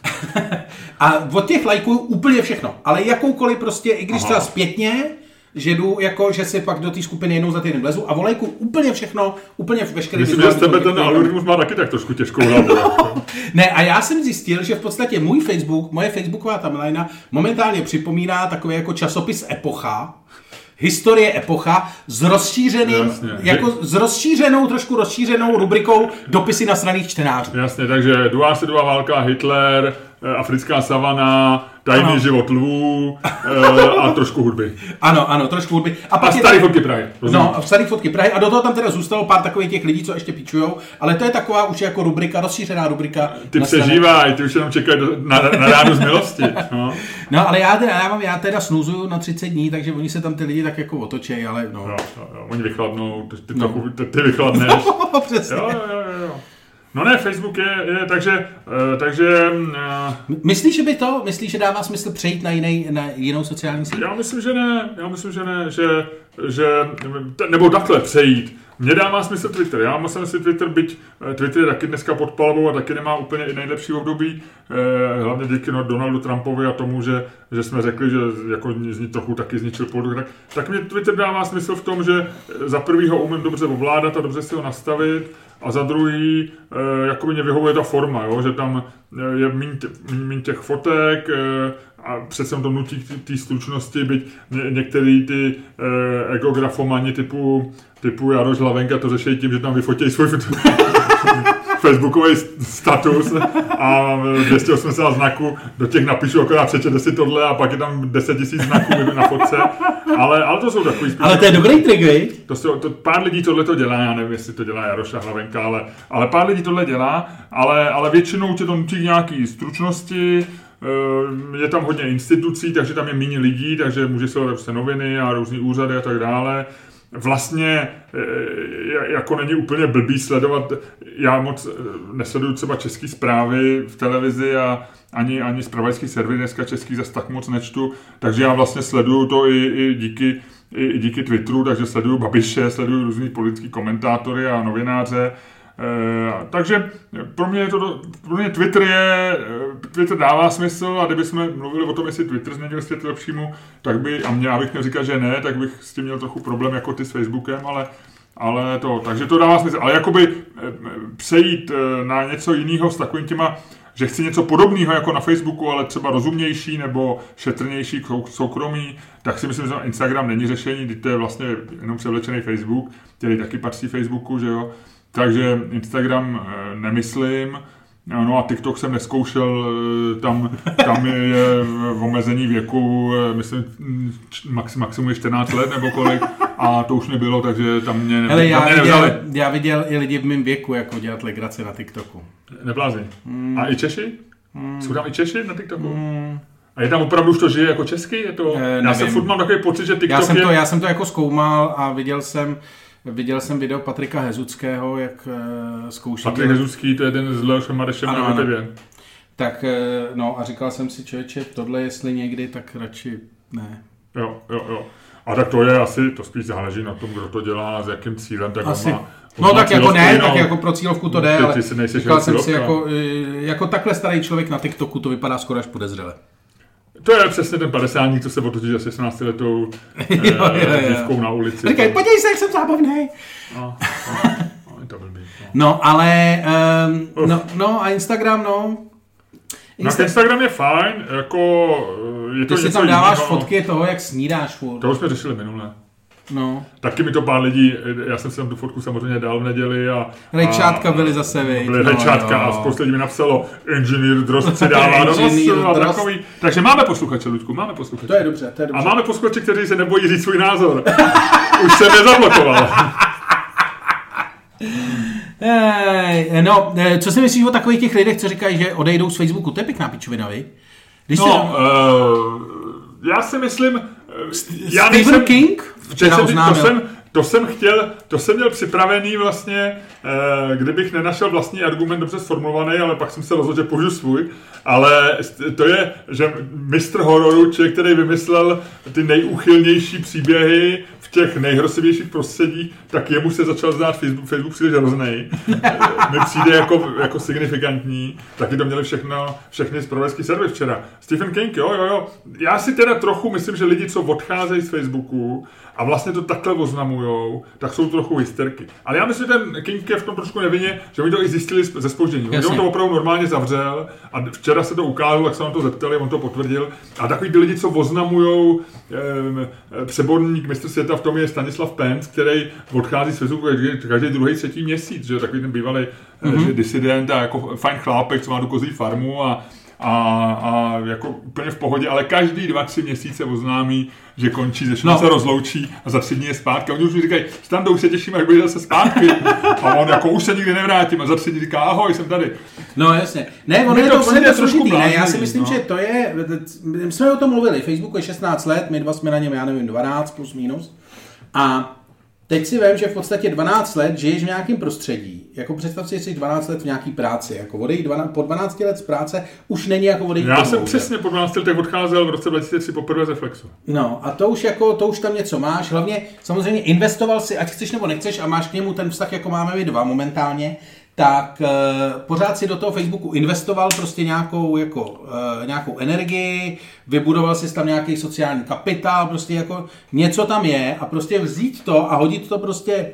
A od těch lajků úplně všechno, ale jakoukoliv prostě, i když třeba zpětně, že jdu jako, že si pak do té skupiny jednou za týden vlezu a volejku úplně všechno, úplně veškerý... Myslím, že z tebe ten algoritmus má taky tak trošku těžkou hlavu. Ne, a já jsem zjistil, že v podstatě můj Facebook, moje facebooková timeline momentálně připomíná takový jako časopis Epocha, historie Epocha s rozšířeným, Jasně. jako s rozšířenou, trošku rozšířenou rubrikou dopisy nasraných čtenářů. Jasně, takže druhá světová válka, Hitler, africká savana, tajný ano. život lvů a trošku hudby. Ano, ano, trošku hudby. A, a starý fotky Prahy. No, starý fotky Prahy. A do toho tam teda zůstalo pár takových těch lidí, co ještě píčujou, ale to je taková už jako rubrika, rozšířená rubrika. Ty přežívají, ty už jenom čekají na, na rádu z milosti. No. no, ale já teda, já, mám, já teda snuzuju na třicet dní, takže oni se tam ty lidi tak jako otočejí, ale no. Jo, jo, jo, oni vychladnou, ty, ty, no. trochu, ty, ty vychladneš. No, přesně. Jo, jo, jo, jo. No ne, Facebook je, je takže, uh, takže... Uh, myslíš, že by to, myslíš, že dává smysl přejít na, jiný, na jinou sociální síť? Já myslím, že ne, já myslím, že ne, že, že nebo takhle přejít. Mně dává smysl Twitter, já musím si Twitter, byť Twitter je taky dneska pod palbou a taky nemá úplně i nejlepší období, eh, hlavně díky Donaldu Trumpovi a tomu, že, že jsme řekli, že jako z ní trochu taky zničil politiku, tak, tak mě Twitter dává smysl v tom, že za prvý ho umím dobře ovládat a dobře si ho nastavit, a za druhý, e, jako mě vyhovuje ta forma, jo? Že tam je méně těch fotek e, a přece to nutí té stručnosti, byť ně, některý ty e, egografomani typu, typu Jaroš Hlavenka to řeší tím, že tam vyfotějí svůj facebookový status a dvě stě osmdesát znaků, do těch napíšu akorát přečete si tohle a pak je tam deset tisíc znaků na fotce, ale, ale to jsou takový spíš... Ale to je dobrý trik, viď? To jsou, to, pár lidí tohle to dělá, já nevím, jestli to dělá Jaroša Hlavenka, ale, ale pár lidí tohle dělá, ale, ale většinou tě to nutí nějaký stručnosti, je tam hodně institucí, takže tam je méně lidí, takže může sledovat se noviny a různý úřady a tak dále. Vlastně jako není úplně blbý sledovat, já moc nesleduju třeba české zprávy v televizi a ani, ani zpravodajský servery dneska český zase tak moc nečtu, takže já vlastně sleduju to i, i, díky, i díky Twitteru, takže sleduju Babiše, sleduju různý politický komentátory a novináře. E, takže pro mě, to, pro mě Twitter je, Twitter dává smysl a kdybychom mluvili o tom, jestli Twitter změnil svět lepšímu, tak by, a mě, abych měl říkat, že ne, tak bych s tím měl trochu problém jako ty s Facebookem, ale, ale to, takže to dává smysl. Ale jakoby přejít na něco jiného s takovým těma, že chci něco podobného jako na Facebooku, ale třeba rozumnější nebo šetrnější k soukromí, tak si myslím, že Instagram není řešení, když to je vlastně jenom převlečený Facebook, který taky patří Facebooku, že jo. Takže Instagram nemyslím, no a TikTok jsem neskoušel, tam, tam je omezení věku, myslím, maximum je čtrnáct let nebo kolik, a to už nebylo, takže tam mě, ne, Hele, já, tam mě viděl, nevzali. já viděl i lidi v mém věku jako dělat legrace na TikToku. Neblázni. Hmm. A i Češi? Hmm. Jsou tam i Češi na TikToku? Hmm. A je tam opravdu už to žije jako česky? Je to, e, já jsem furt mám takový pocit, že TikTok já jsem je... To, já jsem to jako zkoumal a viděl jsem Viděl jsem video Patrika Hezuckého, jak uh, zkouší... Patrik Hezucký, to je jeden z Leošem Marešem na té vě. Tak, uh, no a říkal jsem si, člověče, tohle jestli někdy, tak radši ne. Jo, jo, jo. A tak to je asi, to spíš záleží na tom, kdo to dělá, s jakým cílem, tak asi. On má, on no má tak jako ne, jinou, tak jako pro cílovku to jde, ty, ale ty si říkal jsem si, jako, jako takhle starý člověk na TikToku, to vypadá skoro až podezřele. To je přesně ten padesátník, co se otočí za šestnáctiletou dívkou na ulici. Říkaj, podívej se, jak jsem zábavnej. No, no, no, to blbý, no. no ale, um, no, no a Instagram, no. Insta- no, Instagram je fajn, jako je to Ty si tam dáváš jinýho. Fotky toho, jak snídáš furt. To už jsme řešili minule. No. Taky mi to pár lidí, já jsem si tam tu fotku samozřejmě dal v neděli a... Rejčátka byly zase, vej. Byly rejčátka a spousta lidí mi napsalo Inženýr Drozd si dává do nosu a takový. Takže máme posluchače, Luďku, máme posluchače. To je dobře, to je dobře. A máme posluchače, kteří se nebojí říct svůj názor. Už se nezablokoval. Hey, no, co si myslíš o takových těch lidech, co říkají, že odejdou z Facebooku? To je pěkná pičovina, vy? Když no, se... uh, já si myslím... Já Stephen King včera oznámil. To jsem, to jsem chtěl, to jsem měl připravený vlastně, eh, kdybych nenašel vlastní argument dobře sformulovaný, ale pak jsem se rozhodl, že použiju svůj, ale to je, že mistr hororu, člověk, který vymyslel ty nejúchylnější příběhy v těch nejhrosivějších prostředích, tak jemu se začal zdát Facebook, Facebook příliš hroznej. Mi přijde jako, jako signifikantní, taky to měli všechno, všechny zpravodajský servery včera. Stephen King, jo, jo, jo. Já si teda trochu myslím, že lidi, co odcházejí z Facebooku a vlastně to takhle oznamujou, tak jsou trochu hysterky. Ale já myslím, že ten King je v tom trošku nevinně, že oni to i zjistili ze zpoždění. On to opravdu normálně zavřel a včera se to ukázalo, tak se nám to zeptali, on to potvrdil. A takový ty lidi, co oznamujou, eh, přeborník mistr světa v tom je Stanislav Pence, který odchází z Facebooku každý druhý, třetí měsíc, že takový ten bývalý mm-hmm. disident a jako fajn chlápek, co má tu kozí farmu a A, a jako úplně v pohodě, ale každý dva, tři měsíce oznámí, že končí, že no. se rozloučí a za tři dny je zpátky. A oni už mi říkají, tam už se těším, až bude zase zpátky. A on jako už se nikdy nevrátím a za tři dny říká, ahoj, jsem tady. No jasně. Ne, ono je to, to, to trošku ne, já si myslím, no. že to je, my jsme o tom mluvili, Facebooku je šestnáct let, my dva jsme na něm, já nevím, dvanáct plus minus. A teď si vím, že v podstatě dvanáct let žiješ v nějakém prostředí. Jako představ si, že jsi dvanáct let v nějaký práci. Jako odejít po dvanácti let z práce už není jako odejít. Já jsem přesně po dvanácti letech odcházel v roce dva tisíce tři poprvé ze Flexu. No a to už jako, to už tam něco máš. Hlavně samozřejmě investoval si, ať chceš nebo nechceš a máš k němu ten vztah, jako máme my dva momentálně, tak e, pořád si do toho Facebooku investoval prostě nějakou, jako, e, nějakou energii, vybudoval si tam nějaký sociální kapitál, prostě jako něco tam je a prostě vzít to a hodit to prostě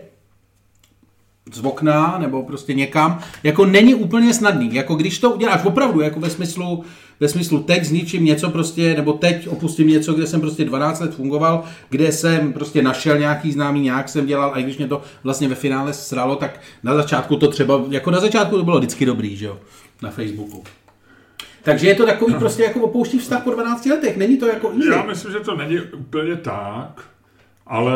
z okna nebo prostě někam, jako není úplně snadný. Jako když to uděláš opravdu, jako ve smyslu, ve smyslu teď zničím něco prostě, nebo teď opustím něco, kde jsem prostě dvanáct let fungoval, kde jsem prostě našel nějaký známý, nějak jsem dělal, a i když mě to vlastně ve finále sralo, tak na začátku to třeba, jako na začátku to bylo vždycky dobrý, že jo, na Facebooku. Takže je to takový prostě jako opouští vztah po dvanácti letech, není to jako easy. Já myslím, že to není úplně tak, ale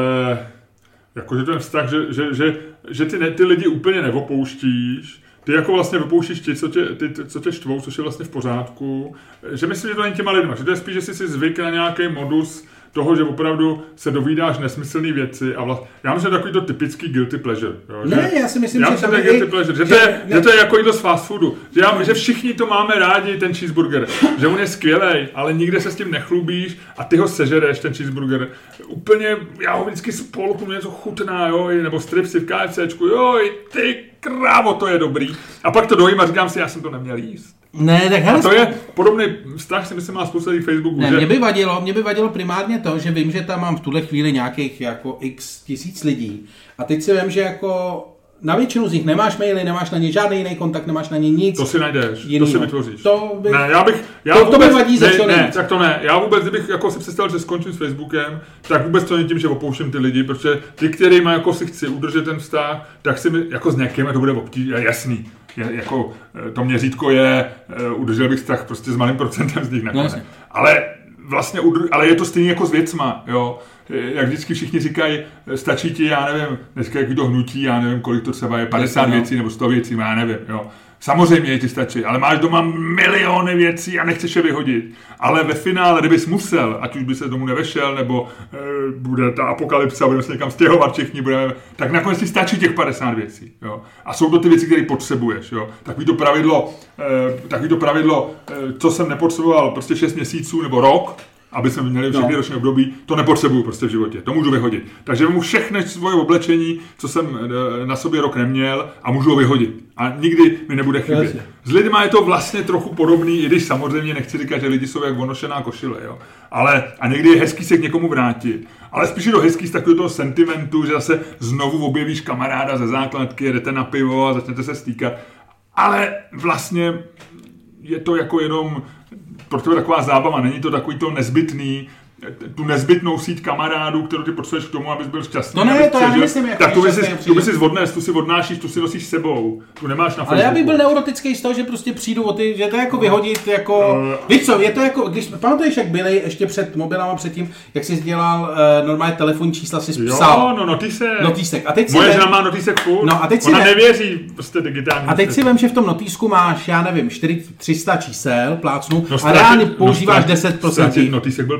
jakože ten vztah, že, že, že, že ty, ne, ty lidi úplně neopouštíš, ty jako vlastně vypouštíš ti, co tě, ty, co tě štvou, což je vlastně v pořádku, že myslím, že to není těma lidma, že to je spíš, že jsi si zvyk na nějaký modus toho, že opravdu se dovídáš nesmyslné věci a vlastně, já myslím, že takový to typický guilty pleasure. Jo, že, ne, já si myslím, já že, myslím, že, guilty pleasure, že, že, to je, že to je jako jídlo z fast foodu, že, já, že všichni to máme rádi, ten cheeseburger, že on je skvělej, ale nikde se s tím nechlubíš a ty ho sežereš, ten cheeseburger. Úplně, já ho vždycky spolknu, něco chutná, jo, nebo stripsy v KFCčku, jo, ty krávo, to je dobrý. A pak to dojím a říkám si, já jsem to neměl jíst. Ne, tak hele, a to je podobný vztah, si myslím, má spousta lidí Facebooku. Ne, že... mě by vadilo, mě by vadilo primárně to, že vím, že tam mám v tuhle chvíli nějakých jako x tisíc lidí. A teď si vím, že jako na většinu z nich nemáš maily, nemáš na ně žádný jiný kontakt, nemáš na ně nic. To si najdeš, jinýho. To si vytvoříš. To by... Ne, já bych... Já to, vůbec, to by vadí ze ne, ne, tak to ne. Já vůbec, kdybych jako si představil, že skončím s Facebookem, tak vůbec to není tím, že opouštím ty lidi, protože ty, kterýma jako si chci udržet ten vztah, tak si mi, jako s někým to bude obtíž, jasný. Je, jako to měřítko je, udržel bych vztah prostě s malým procentem z nich nakonec. No, ale vlastně, ale je to stejně jako s věcma, jo. Jak vždycky všichni říkají, stačí ti, já nevím, dneska jaký to hnutí, já nevím, kolik to třeba je, padesát věcí nebo sto věcí, já nevím, jo. Samozřejmě ti stačí, ale máš doma miliony věcí a nechceš je vyhodit. Ale ve finále, kdybys musel, ať už by se tomu nevešel, nebo e, bude ta apokalypsa, budeme se někam stěhovat všichni, budeme, tak nakonec ti stačí těch padesát věcí. Jo. A jsou to ty věci, které potřebuješ. Jo. Takový to pravidlo, e, takový to pravidlo e, co jsem nepotřeboval prostě šest měsíců nebo rok, aby jsme měli všechny no. roční období, to nepotřebuju prostě v životě, to můžu vyhodit. Takže mu všechny svoje oblečení, co jsem na sobě rok neměl, a můžu ho vyhodit. A nikdy mi nebude chybět. S lidma je to vlastně trochu podobný, i když samozřejmě nechci říkat, že lidi jsou jak onošená košile, jo. Ale, a někdy je hezký se k někomu vrátit. Ale spíš je to hezký z takového toho sentimentu, že zase znovu objevíš kamaráda ze základky, jedete na pivo a začnete se stýkat. Ale vlastně je to jako jenom pro tebe taková zábava, není to takový to nezbytný, tu nezbytnou síť kamarádů, kterou ty potřebuješ k tomu, abys byl šťastný. No ne, to já nemyslím, jak tak tu by si, tu by si odnes, tu si odnášíš, tu si nosíš s sebou, tu nemáš na Facebooku. Ale já bych byl neurotický z toho, že prostě přijdu o ty, že to jako vyhodit, jako, uh, víš co, je to jako, když pamatuješ, jak byli ještě před mobilama předtím, jak jsi dělal uh, normálně telefonní čísla, si psal. Jo, no notísek. Notísek. A teď moje žena má notísek furt, no, a teď ona si nevěří prostě digitální. A teď si vem, že v tom notýsku máš, já nevím, čtyři sta čísel, plácnu, no, a reálně používáš no, deset procent. Notísek byl problém.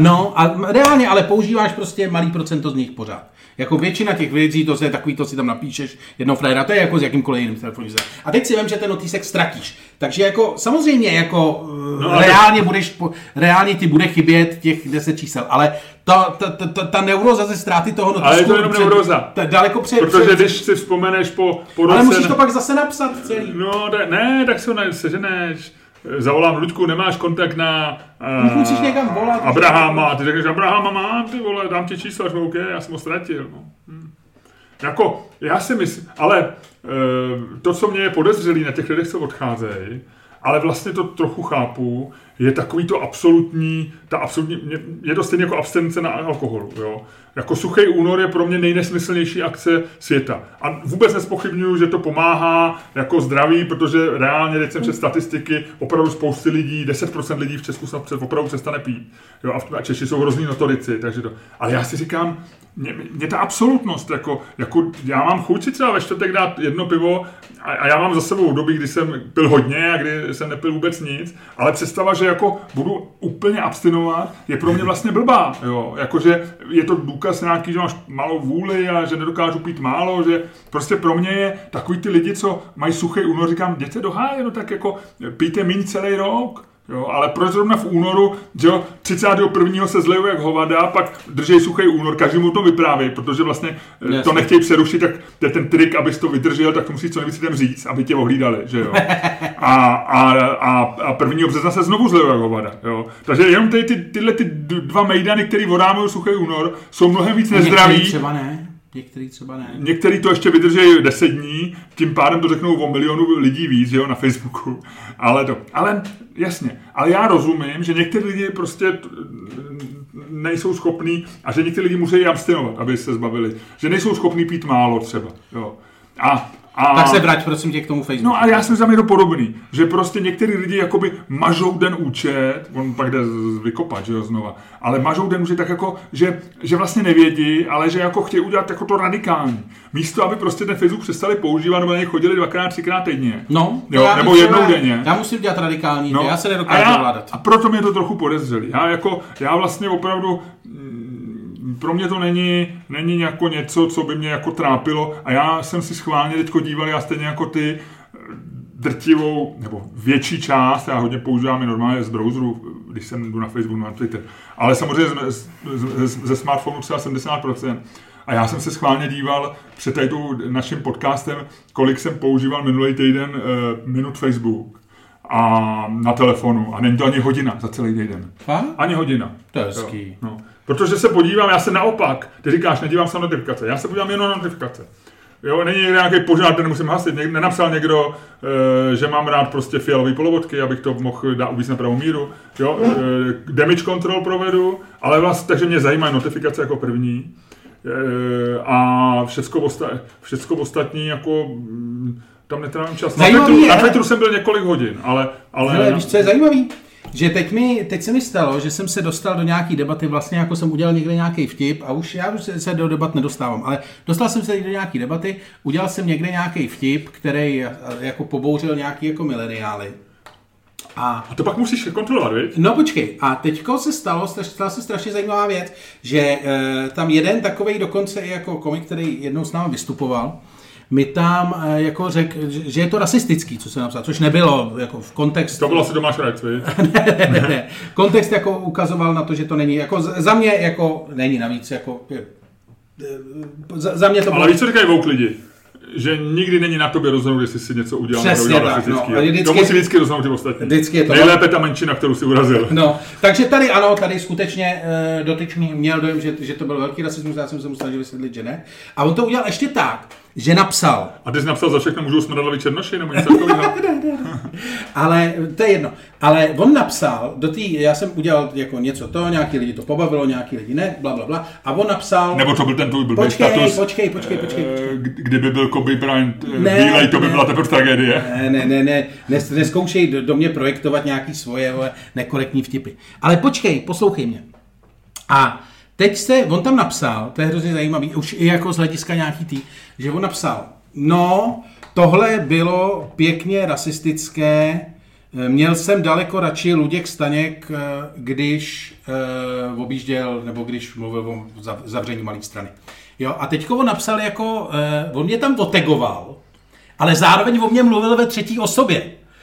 No a reálně, ale používáš prostě malý procento z nich pořád. Jako většina těch věcí, to je takový, to si tam napíšeš jednou frajera, to je jako s jakýmkoliv jiným telefonem. A teď si vím, že ten notýsek ztratíš. Takže jako samozřejmě jako no, reálně ale... budeš, reálně ti bude chybět těch deset čísel, ale ta, ta, ta, ta, ta neuroza ze ztráty toho notýsku... Ale je to jenom před, neuroza. Daleko před... Protože před, když si vzpomeneš po, po roce... Ale musíš to pak zase napsat celý. No ne, tak se ho seženeš. Zavolám Luďku, nemáš kontakt na uh, musíš někam volat, Abrahama, a ty řekneš, Abrahama mám, ty vole, dám ti číslo, až OK, já jsem ho ztratil. No. Hm. Jako, já si myslím, ale uh, to, co mě je podezřelý na těch lidech, co odcházejí, ale vlastně to trochu chápu, je takový to absolutní, ta absolutní, je to stejně jako abstinence na alkoholu, jo. Jako Suchý únor je pro mě nejnesmyslnější akce světa. A vůbec nespochybnuju, že to pomáhá jako zdraví, protože reálně, teď jsem přes statistiky, opravdu spousty lidí, deset procent lidí v Česku snad opravdu přestane pít. Jo, a Češi jsou hrozný notorici, takže to. Ale já si říkám, mě, mě ta absolutnost, jako, jako já mám chuť si třeba ve čtvrtek dát jedno pivo a, a já mám za sebou doby, kdy jsem pil hodně a kdy jsem nepil vůbec nic, ale představa, že jako budu úplně abstinovat, je pro mě vlastně blbá, jo, jakože je to důkaz nějaký, že máš malou vůli a že nedokážu pít málo, že prostě pro mě je takový ty lidi, co mají Suchý únor, říkám, jděte do háje, no tak jako pijte míň celý rok. Jo, ale proč zrovna v únoru, že jo, třicátého prvního se zlejou jak hovada, pak držej Suchý únor, každý mu to vypráví, protože vlastně yes. to nechtějí přerušit, tak to je ten trik, abys to vydržel, tak to musíš co nejvíc lidem říct, aby tě ohlídali, že jo. A, a, a, a prvního března se znovu zlejou jak hovada, jo. Takže jenom ty, ty, tyhle ty dva mejdany, který vodámují Suchý únor, jsou mnohem víc nezdraví. Třeba ne. Některý třeba ne. Některý to ještě vydrží deset dní, tím pádem to řeknou o milionu lidí víc, jo, na Facebooku. Ale to, ale jasně, ale já rozumím, že někteří lidi prostě nejsou schopní a že někteří lidi musí abstinovat, aby se zbavili. Že nejsou schopní pít málo třeba, jo. A A, tak se vrať, prosím tě, k tomu Facebooku. No a já jsem za mě to podobný, že prostě některý lidi jakoby mažou den účet, on pak jde vykopat, že jo, znova, ale mažou den účet tak jako, že, že vlastně nevědí, ale že jako chtějí udělat jako to radikální. Místo, aby prostě ten Facebook přestali používat, nebo na něj chodili dvakrát, třikrát týdně. No, jo, nebo jednou já, denně. Já musím dělat radikální, no, já se nedokážu ovládat. A proto mě to trochu podezřelý. Já jako, já vlastně opravdu pro mě to není, není jako něco, co by mě jako trápilo a já jsem si schválně teďko díval, já stejně jako ty drtivou, nebo větší část, já hodně používám i normálně z browseru, když jsem jdu na Facebook, na Twitter, ale samozřejmě ze, ze, ze smartphonu třeba sedmdesát procent. A já jsem se schválně díval před tady naším podcastem, kolik jsem používal minulý týden uh, minut Facebook a na telefonu. A není to ani hodina za celý týden. A? Ani hodina. To je hezký. No. Protože se podívám, já se naopak, ty říkáš, nedívám se na notifikace, já se podívám jenom na notifikace. Jo, není nějaký požár, ten musím hasit. Někde nenapsal někdo, e, že mám rád prostě fialový polovodky, abych to mohl dát uvíc na pravou míru. Jo, e, damage control provedu, ale vlastně, takže mě zajímají notifikace jako první. E, a všecko, osta, všecko ostatní jako... Tam netrávím čas. Na Twitteru, na Twitteru jsem byl několik hodin, ale... ale Hele, víš, co je zajímavý? Že teď, mi, teď se mi stalo, že jsem se dostal do nějaký debaty, vlastně jako jsem udělal někde nějaký vtip a už já už se do debat nedostávám, ale dostal jsem se do nějaký debaty, udělal jsem někde nějaký vtip, který jako pobouřil nějaký jako mileniály. A, a to pak musíš kontrolovat, viď? No počkej, a teďko se stalo, stala se strašně zajímavá věc, že e, tam jeden takovej dokonce i jako komik, který jednou s námi vystupoval, mi tam e, jako řekl, že je to rasistický, co se napsal, což nebylo jako v kontextu. To bylo asi Tomáš Rajc, viď? ne, ne, ne, ne. Kontext jako ukazoval na to, že to není, jako za mě jako není navíc, jako za, za mě to bylo... Ale víš, co říkají vouk lidi? Že nikdy není na tobě rozhodnout, jestli si něco udělal. Přesně tak, no. To musí vždycky rozhodnout ty ostatní. Vždycky je to nejlépe ta menšina, kterou si urazil. No, takže tady ano, tady skutečně e, dotyčný měl dojem, že, že to byl velký rasismus, já jsem se mu snažil vysvětlit, že ne. A on to udělal ještě tak, že napsal. A ty jsi napsal za všechno můžou smrdalavý černoši nebo něco takového? Ale to je jedno. Ale on napsal, do tý, já jsem udělal jako něco to, nějaký lidi to pobavilo, nějaký lidi ne, bla, bla, bla. A on napsal... Nebo to byl ten tvůj blbý počkej, status. Počkej, počkej, počkej, počkej. Kdyby byl Kobe Bryant bílej, to by ne, byla teprve tragédie. Ne, ne, ne, ne, Nes, neskoušej do, do mě projektovat nějaký svoje nekorektní vtipy. Ale počkej, poslouchej mě. A teď se, on tam napsal, to je hrozně zajímavý, už i jako z hlediska nějaký tý, že on napsal, no, tohle bylo pěkně rasistické, Měl jsem daleko radši Luděk Staněk, když uh, objížděl, nebo když mluvil o zavření malé strany. Jo, a teďko on napsal jako, uh, on mě tam otegoval, ale zároveň o mě mluvil ve třetí osobě.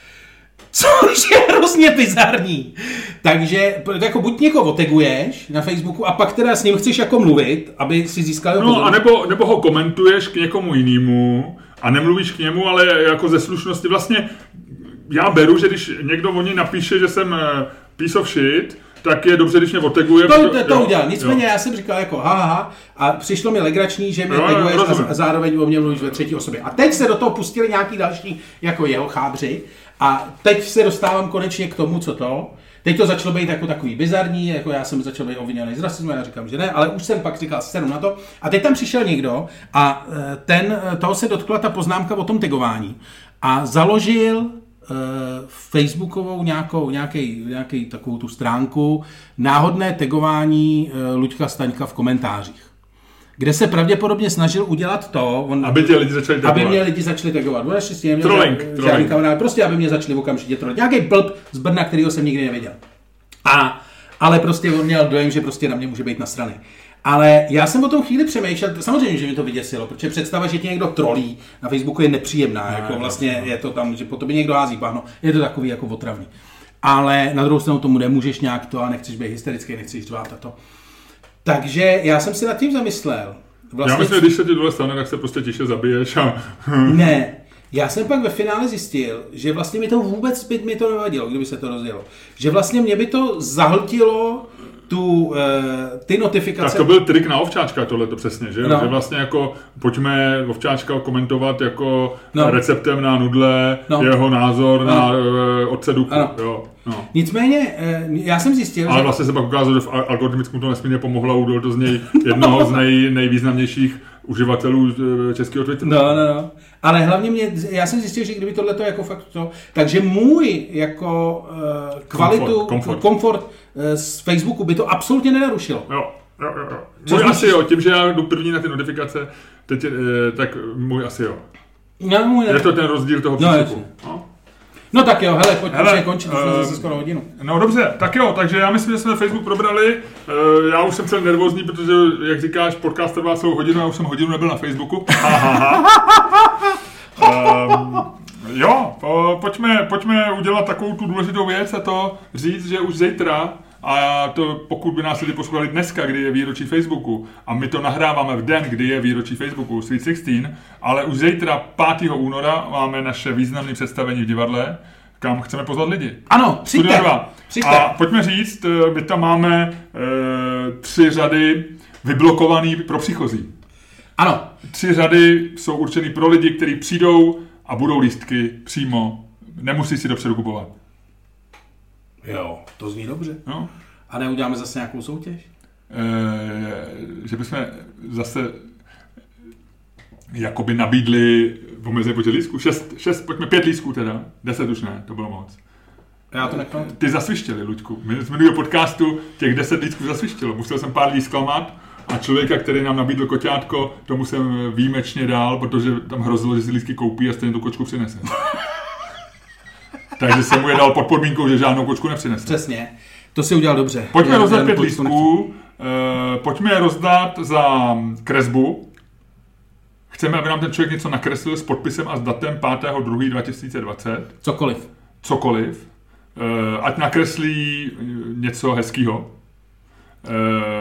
Což je hrozně bizarní. Takže jako buď někoho oteguješ na Facebooku a pak teda s ním chceš jako mluvit, aby si získal jeho No a nebo, nebo ho komentuješ k někomu jinému a nemluvíš k němu, ale jako ze slušnosti. Vlastně já beru, že když někdo o něj napíše, že jsem piece of shit, tak je dobře, když mě oteguje. To, to, to udělal. Nicméně jo. Já jsem říkal jako ha, ha, a přišlo mi legrační, že mě jo, teguješ a, a zároveň o mě mluvíš ve třetí osobě. A teď se do toho pustili nějaký další jako jeho chábři a teď se dostávám konečně k tomu, co to. Teď to začalo být jako takový bizarní, jako já jsem začal být obviněný z rasismu, já říkám, že ne, ale už jsem pak říkal seru na to. A teď tam přišel někdo a ten, toho se dotkla ta poznámka o tom tagování. A založil uh, facebookovou nějakou, nějaký, nějaký takovou tu stránku náhodné tagování uh, Luďka Staňka v komentářích. Kde se pravděpodobně snažil udělat to, on, aby tě lidi začali tagovat. Aby mě lidi začali tagovat. On ještě s tím trolling, trolling. Kamarád, prostě aby mě začali okamžitě trollit. Nějaký blb z Brna, kterýho jsem nikdy neviděl. A, ale prostě on měl dojem, že prostě na mě může být nasraný. Ale já jsem o tom chvíli přemýšlel, samozřejmě, že mi to vyděsilo, protože představa, že tě někdo trolí na Facebooku je nepříjemná, no, jako vlastně je to tam, že po tobě někdo hází bahno, je to takový jako otravný. Ale na druhou stranu tomu nemůžeš nějak to a nechceš být hysterický, nechceš řvát a to. Takže já jsem si nad tím zamyslel. Vlastně... Já myslím, že když se ti dole stane, tak se prostě tiše zabiješ a... Ne, já jsem pak ve finále zjistil, že vlastně mi to vůbec by mi to nevadilo, kdyby se to rozjelo. Že vlastně mě by to zahltilo tu, ty notifikace. Tak to byl trik na Ovčáčka tohleto přesně, že? No. Že vlastně jako pojďme Ovčáčka komentovat jako no. receptem na nudle, no. jeho názor no. na otce Duku. Jo. No. Nicméně, já jsem zjistil, ale že... vlastně se pak ukázalo, že v algoritmicku to nesmírně pomohlo, udělal to z něj jednoho z nej, nejvýznamnějších uživatelů českého Twitteru. No, no, no. Ale hlavně mě, já jsem zjistil, že kdyby tohleto jako fakt to, takže můj jako uh, kvalitu, komfort, komfort uh, z Facebooku by to absolutně nenarušilo. Jo, jo, jo. Můj asi myslíš? Jo, tím, že já jdu první na ty notifikace, teď, uh, tak můj asi jo. No, můj je to ten rozdíl toho přístupu. No, No tak jo, hele, pojďme hele, končit, to jsme uh, zase skoro hodinu. No dobře, tak jo, takže já myslím, že jsme Facebook probrali, uh, já už jsem celý nervózní, protože, jak říkáš, podcast trvá celou hodinu, já už jsem hodinu nebyl na Facebooku. um, jo, po, pojďme, pojďme udělat takovou tu důležitou věc a to říct, že už zítra, a to pokud by nás lidi poslouchali dneska, kdy je výročí Facebooku, a my to nahráváme v den, kdy je výročí Facebooku, Sweet šestnáct, ale už zítra pátého února máme naše významné představení v divadle, kam chceme pozvat lidi. Ano, přijďte. přijďte. A pojďme říct, my tam máme e, tři řady vyblokovaný pro příchozí. Ano. Tři řady jsou určený pro lidi, kteří přijdou a budou lístky přímo, nemusí si dopředu kupovat. Jo, to zní dobře. No. A neuděláme zase nějakou soutěž? E, že bychom zase jakoby nabídli omezený počet lístků. Šest, šest, pojďme pět lístků teda. Deset už ne, to bylo moc. Já to nechám. Ty zasvištěli, Luďku. My z minulého podcastu těch deset lístků zasvištělo. Musel jsem pár lidí zklamat a člověka, který nám nabídl koťátko, tomu jsem výjimečně dal, protože tam hrozilo, že si lístky koupí a stejně tu kočku přinese. Takže jsem mu je dal pod podmínkou, že žádnou kočku nepřinese. Přesně. To si udělal dobře. Pojďme rozdat pět lístků. E, pojďme je rozdat za kresbu. Chceme, aby nám ten člověk něco nakreslil s podpisem a s datem pátého druhého dva tisíce dvacet. Cokoliv. Cokoliv. E, ať nakreslí něco hezkýho. E,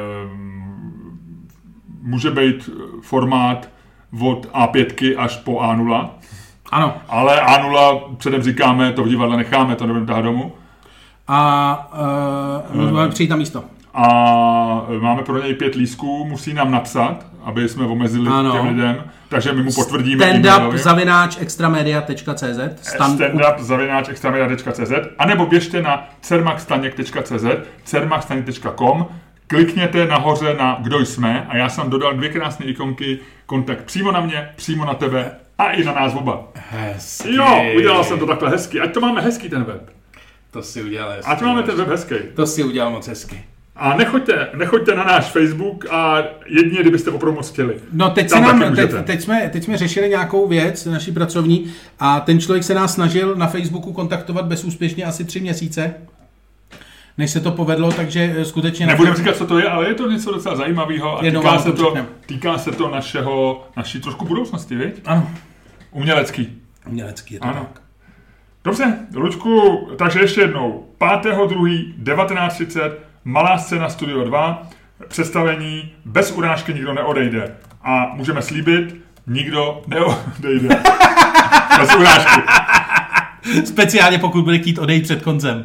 může být formát od á pět až po á nula. Ano. Ale á nula předem říkáme, to v divadle necháme, to nebudeme tahat domů. A uh, můžeme přijít na místo. A máme pro něj pět lístků, musí nám napsat, aby jsme omezili ano. těm lidem, takže my mu potvrdíme stand-up zavináč extramedia tečka cé zet stand-up zavináč extramedia tečka cé zet anebo běžte na cermakstaněk tečka cé zet cermakstaněk tečka com, klikněte nahoře na kdo jsme a já jsem dodal dvě krásné ikonky, kontakt přímo na mě, přímo na tebe a i na nás oba. Hezky. Jo, udělal jsem to takhle hezky, ať to máme hezký ten web. To si udělal hezky. Ať máme ten web hezký. To si udělal moc hezky. A nechoďte, nechoďte na náš Facebook a jedině, kdybyste opravdu moc chtěli. No teď, se nám, teď, teď, jsme, teď jsme řešili nějakou věc, naší pracovní, a ten člověk se nás snažil na Facebooku kontaktovat bezúspěšně asi tři měsíce, než se to povedlo, takže skutečně... Nebudeme říkat, co to je, ale je to něco docela zajímavého a týká se, to, týká se to našeho, naší trošku budoucnosti, viď? Ano. Umělecký. Umělecký, je to ano. tak. Dobře, Luďku, takže ještě jednou. pátého druhého devatenáct třicet Malá scéna Studio dva, představení Bez urážky nikdo neodejde. A můžeme slíbit, nikdo neodejde. Bez urážky. Speciálně pokud bude chtít odejít před koncem.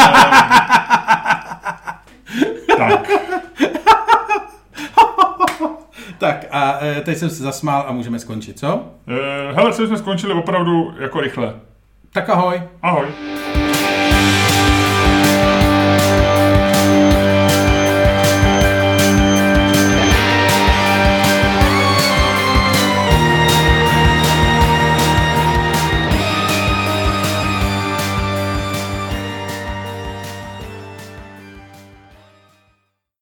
Tak. Tak a teď jsem se zasmál a můžeme skončit, co? Hele, co jsme skončili opravdu jako rychle. Tak ahoj. Ahoj.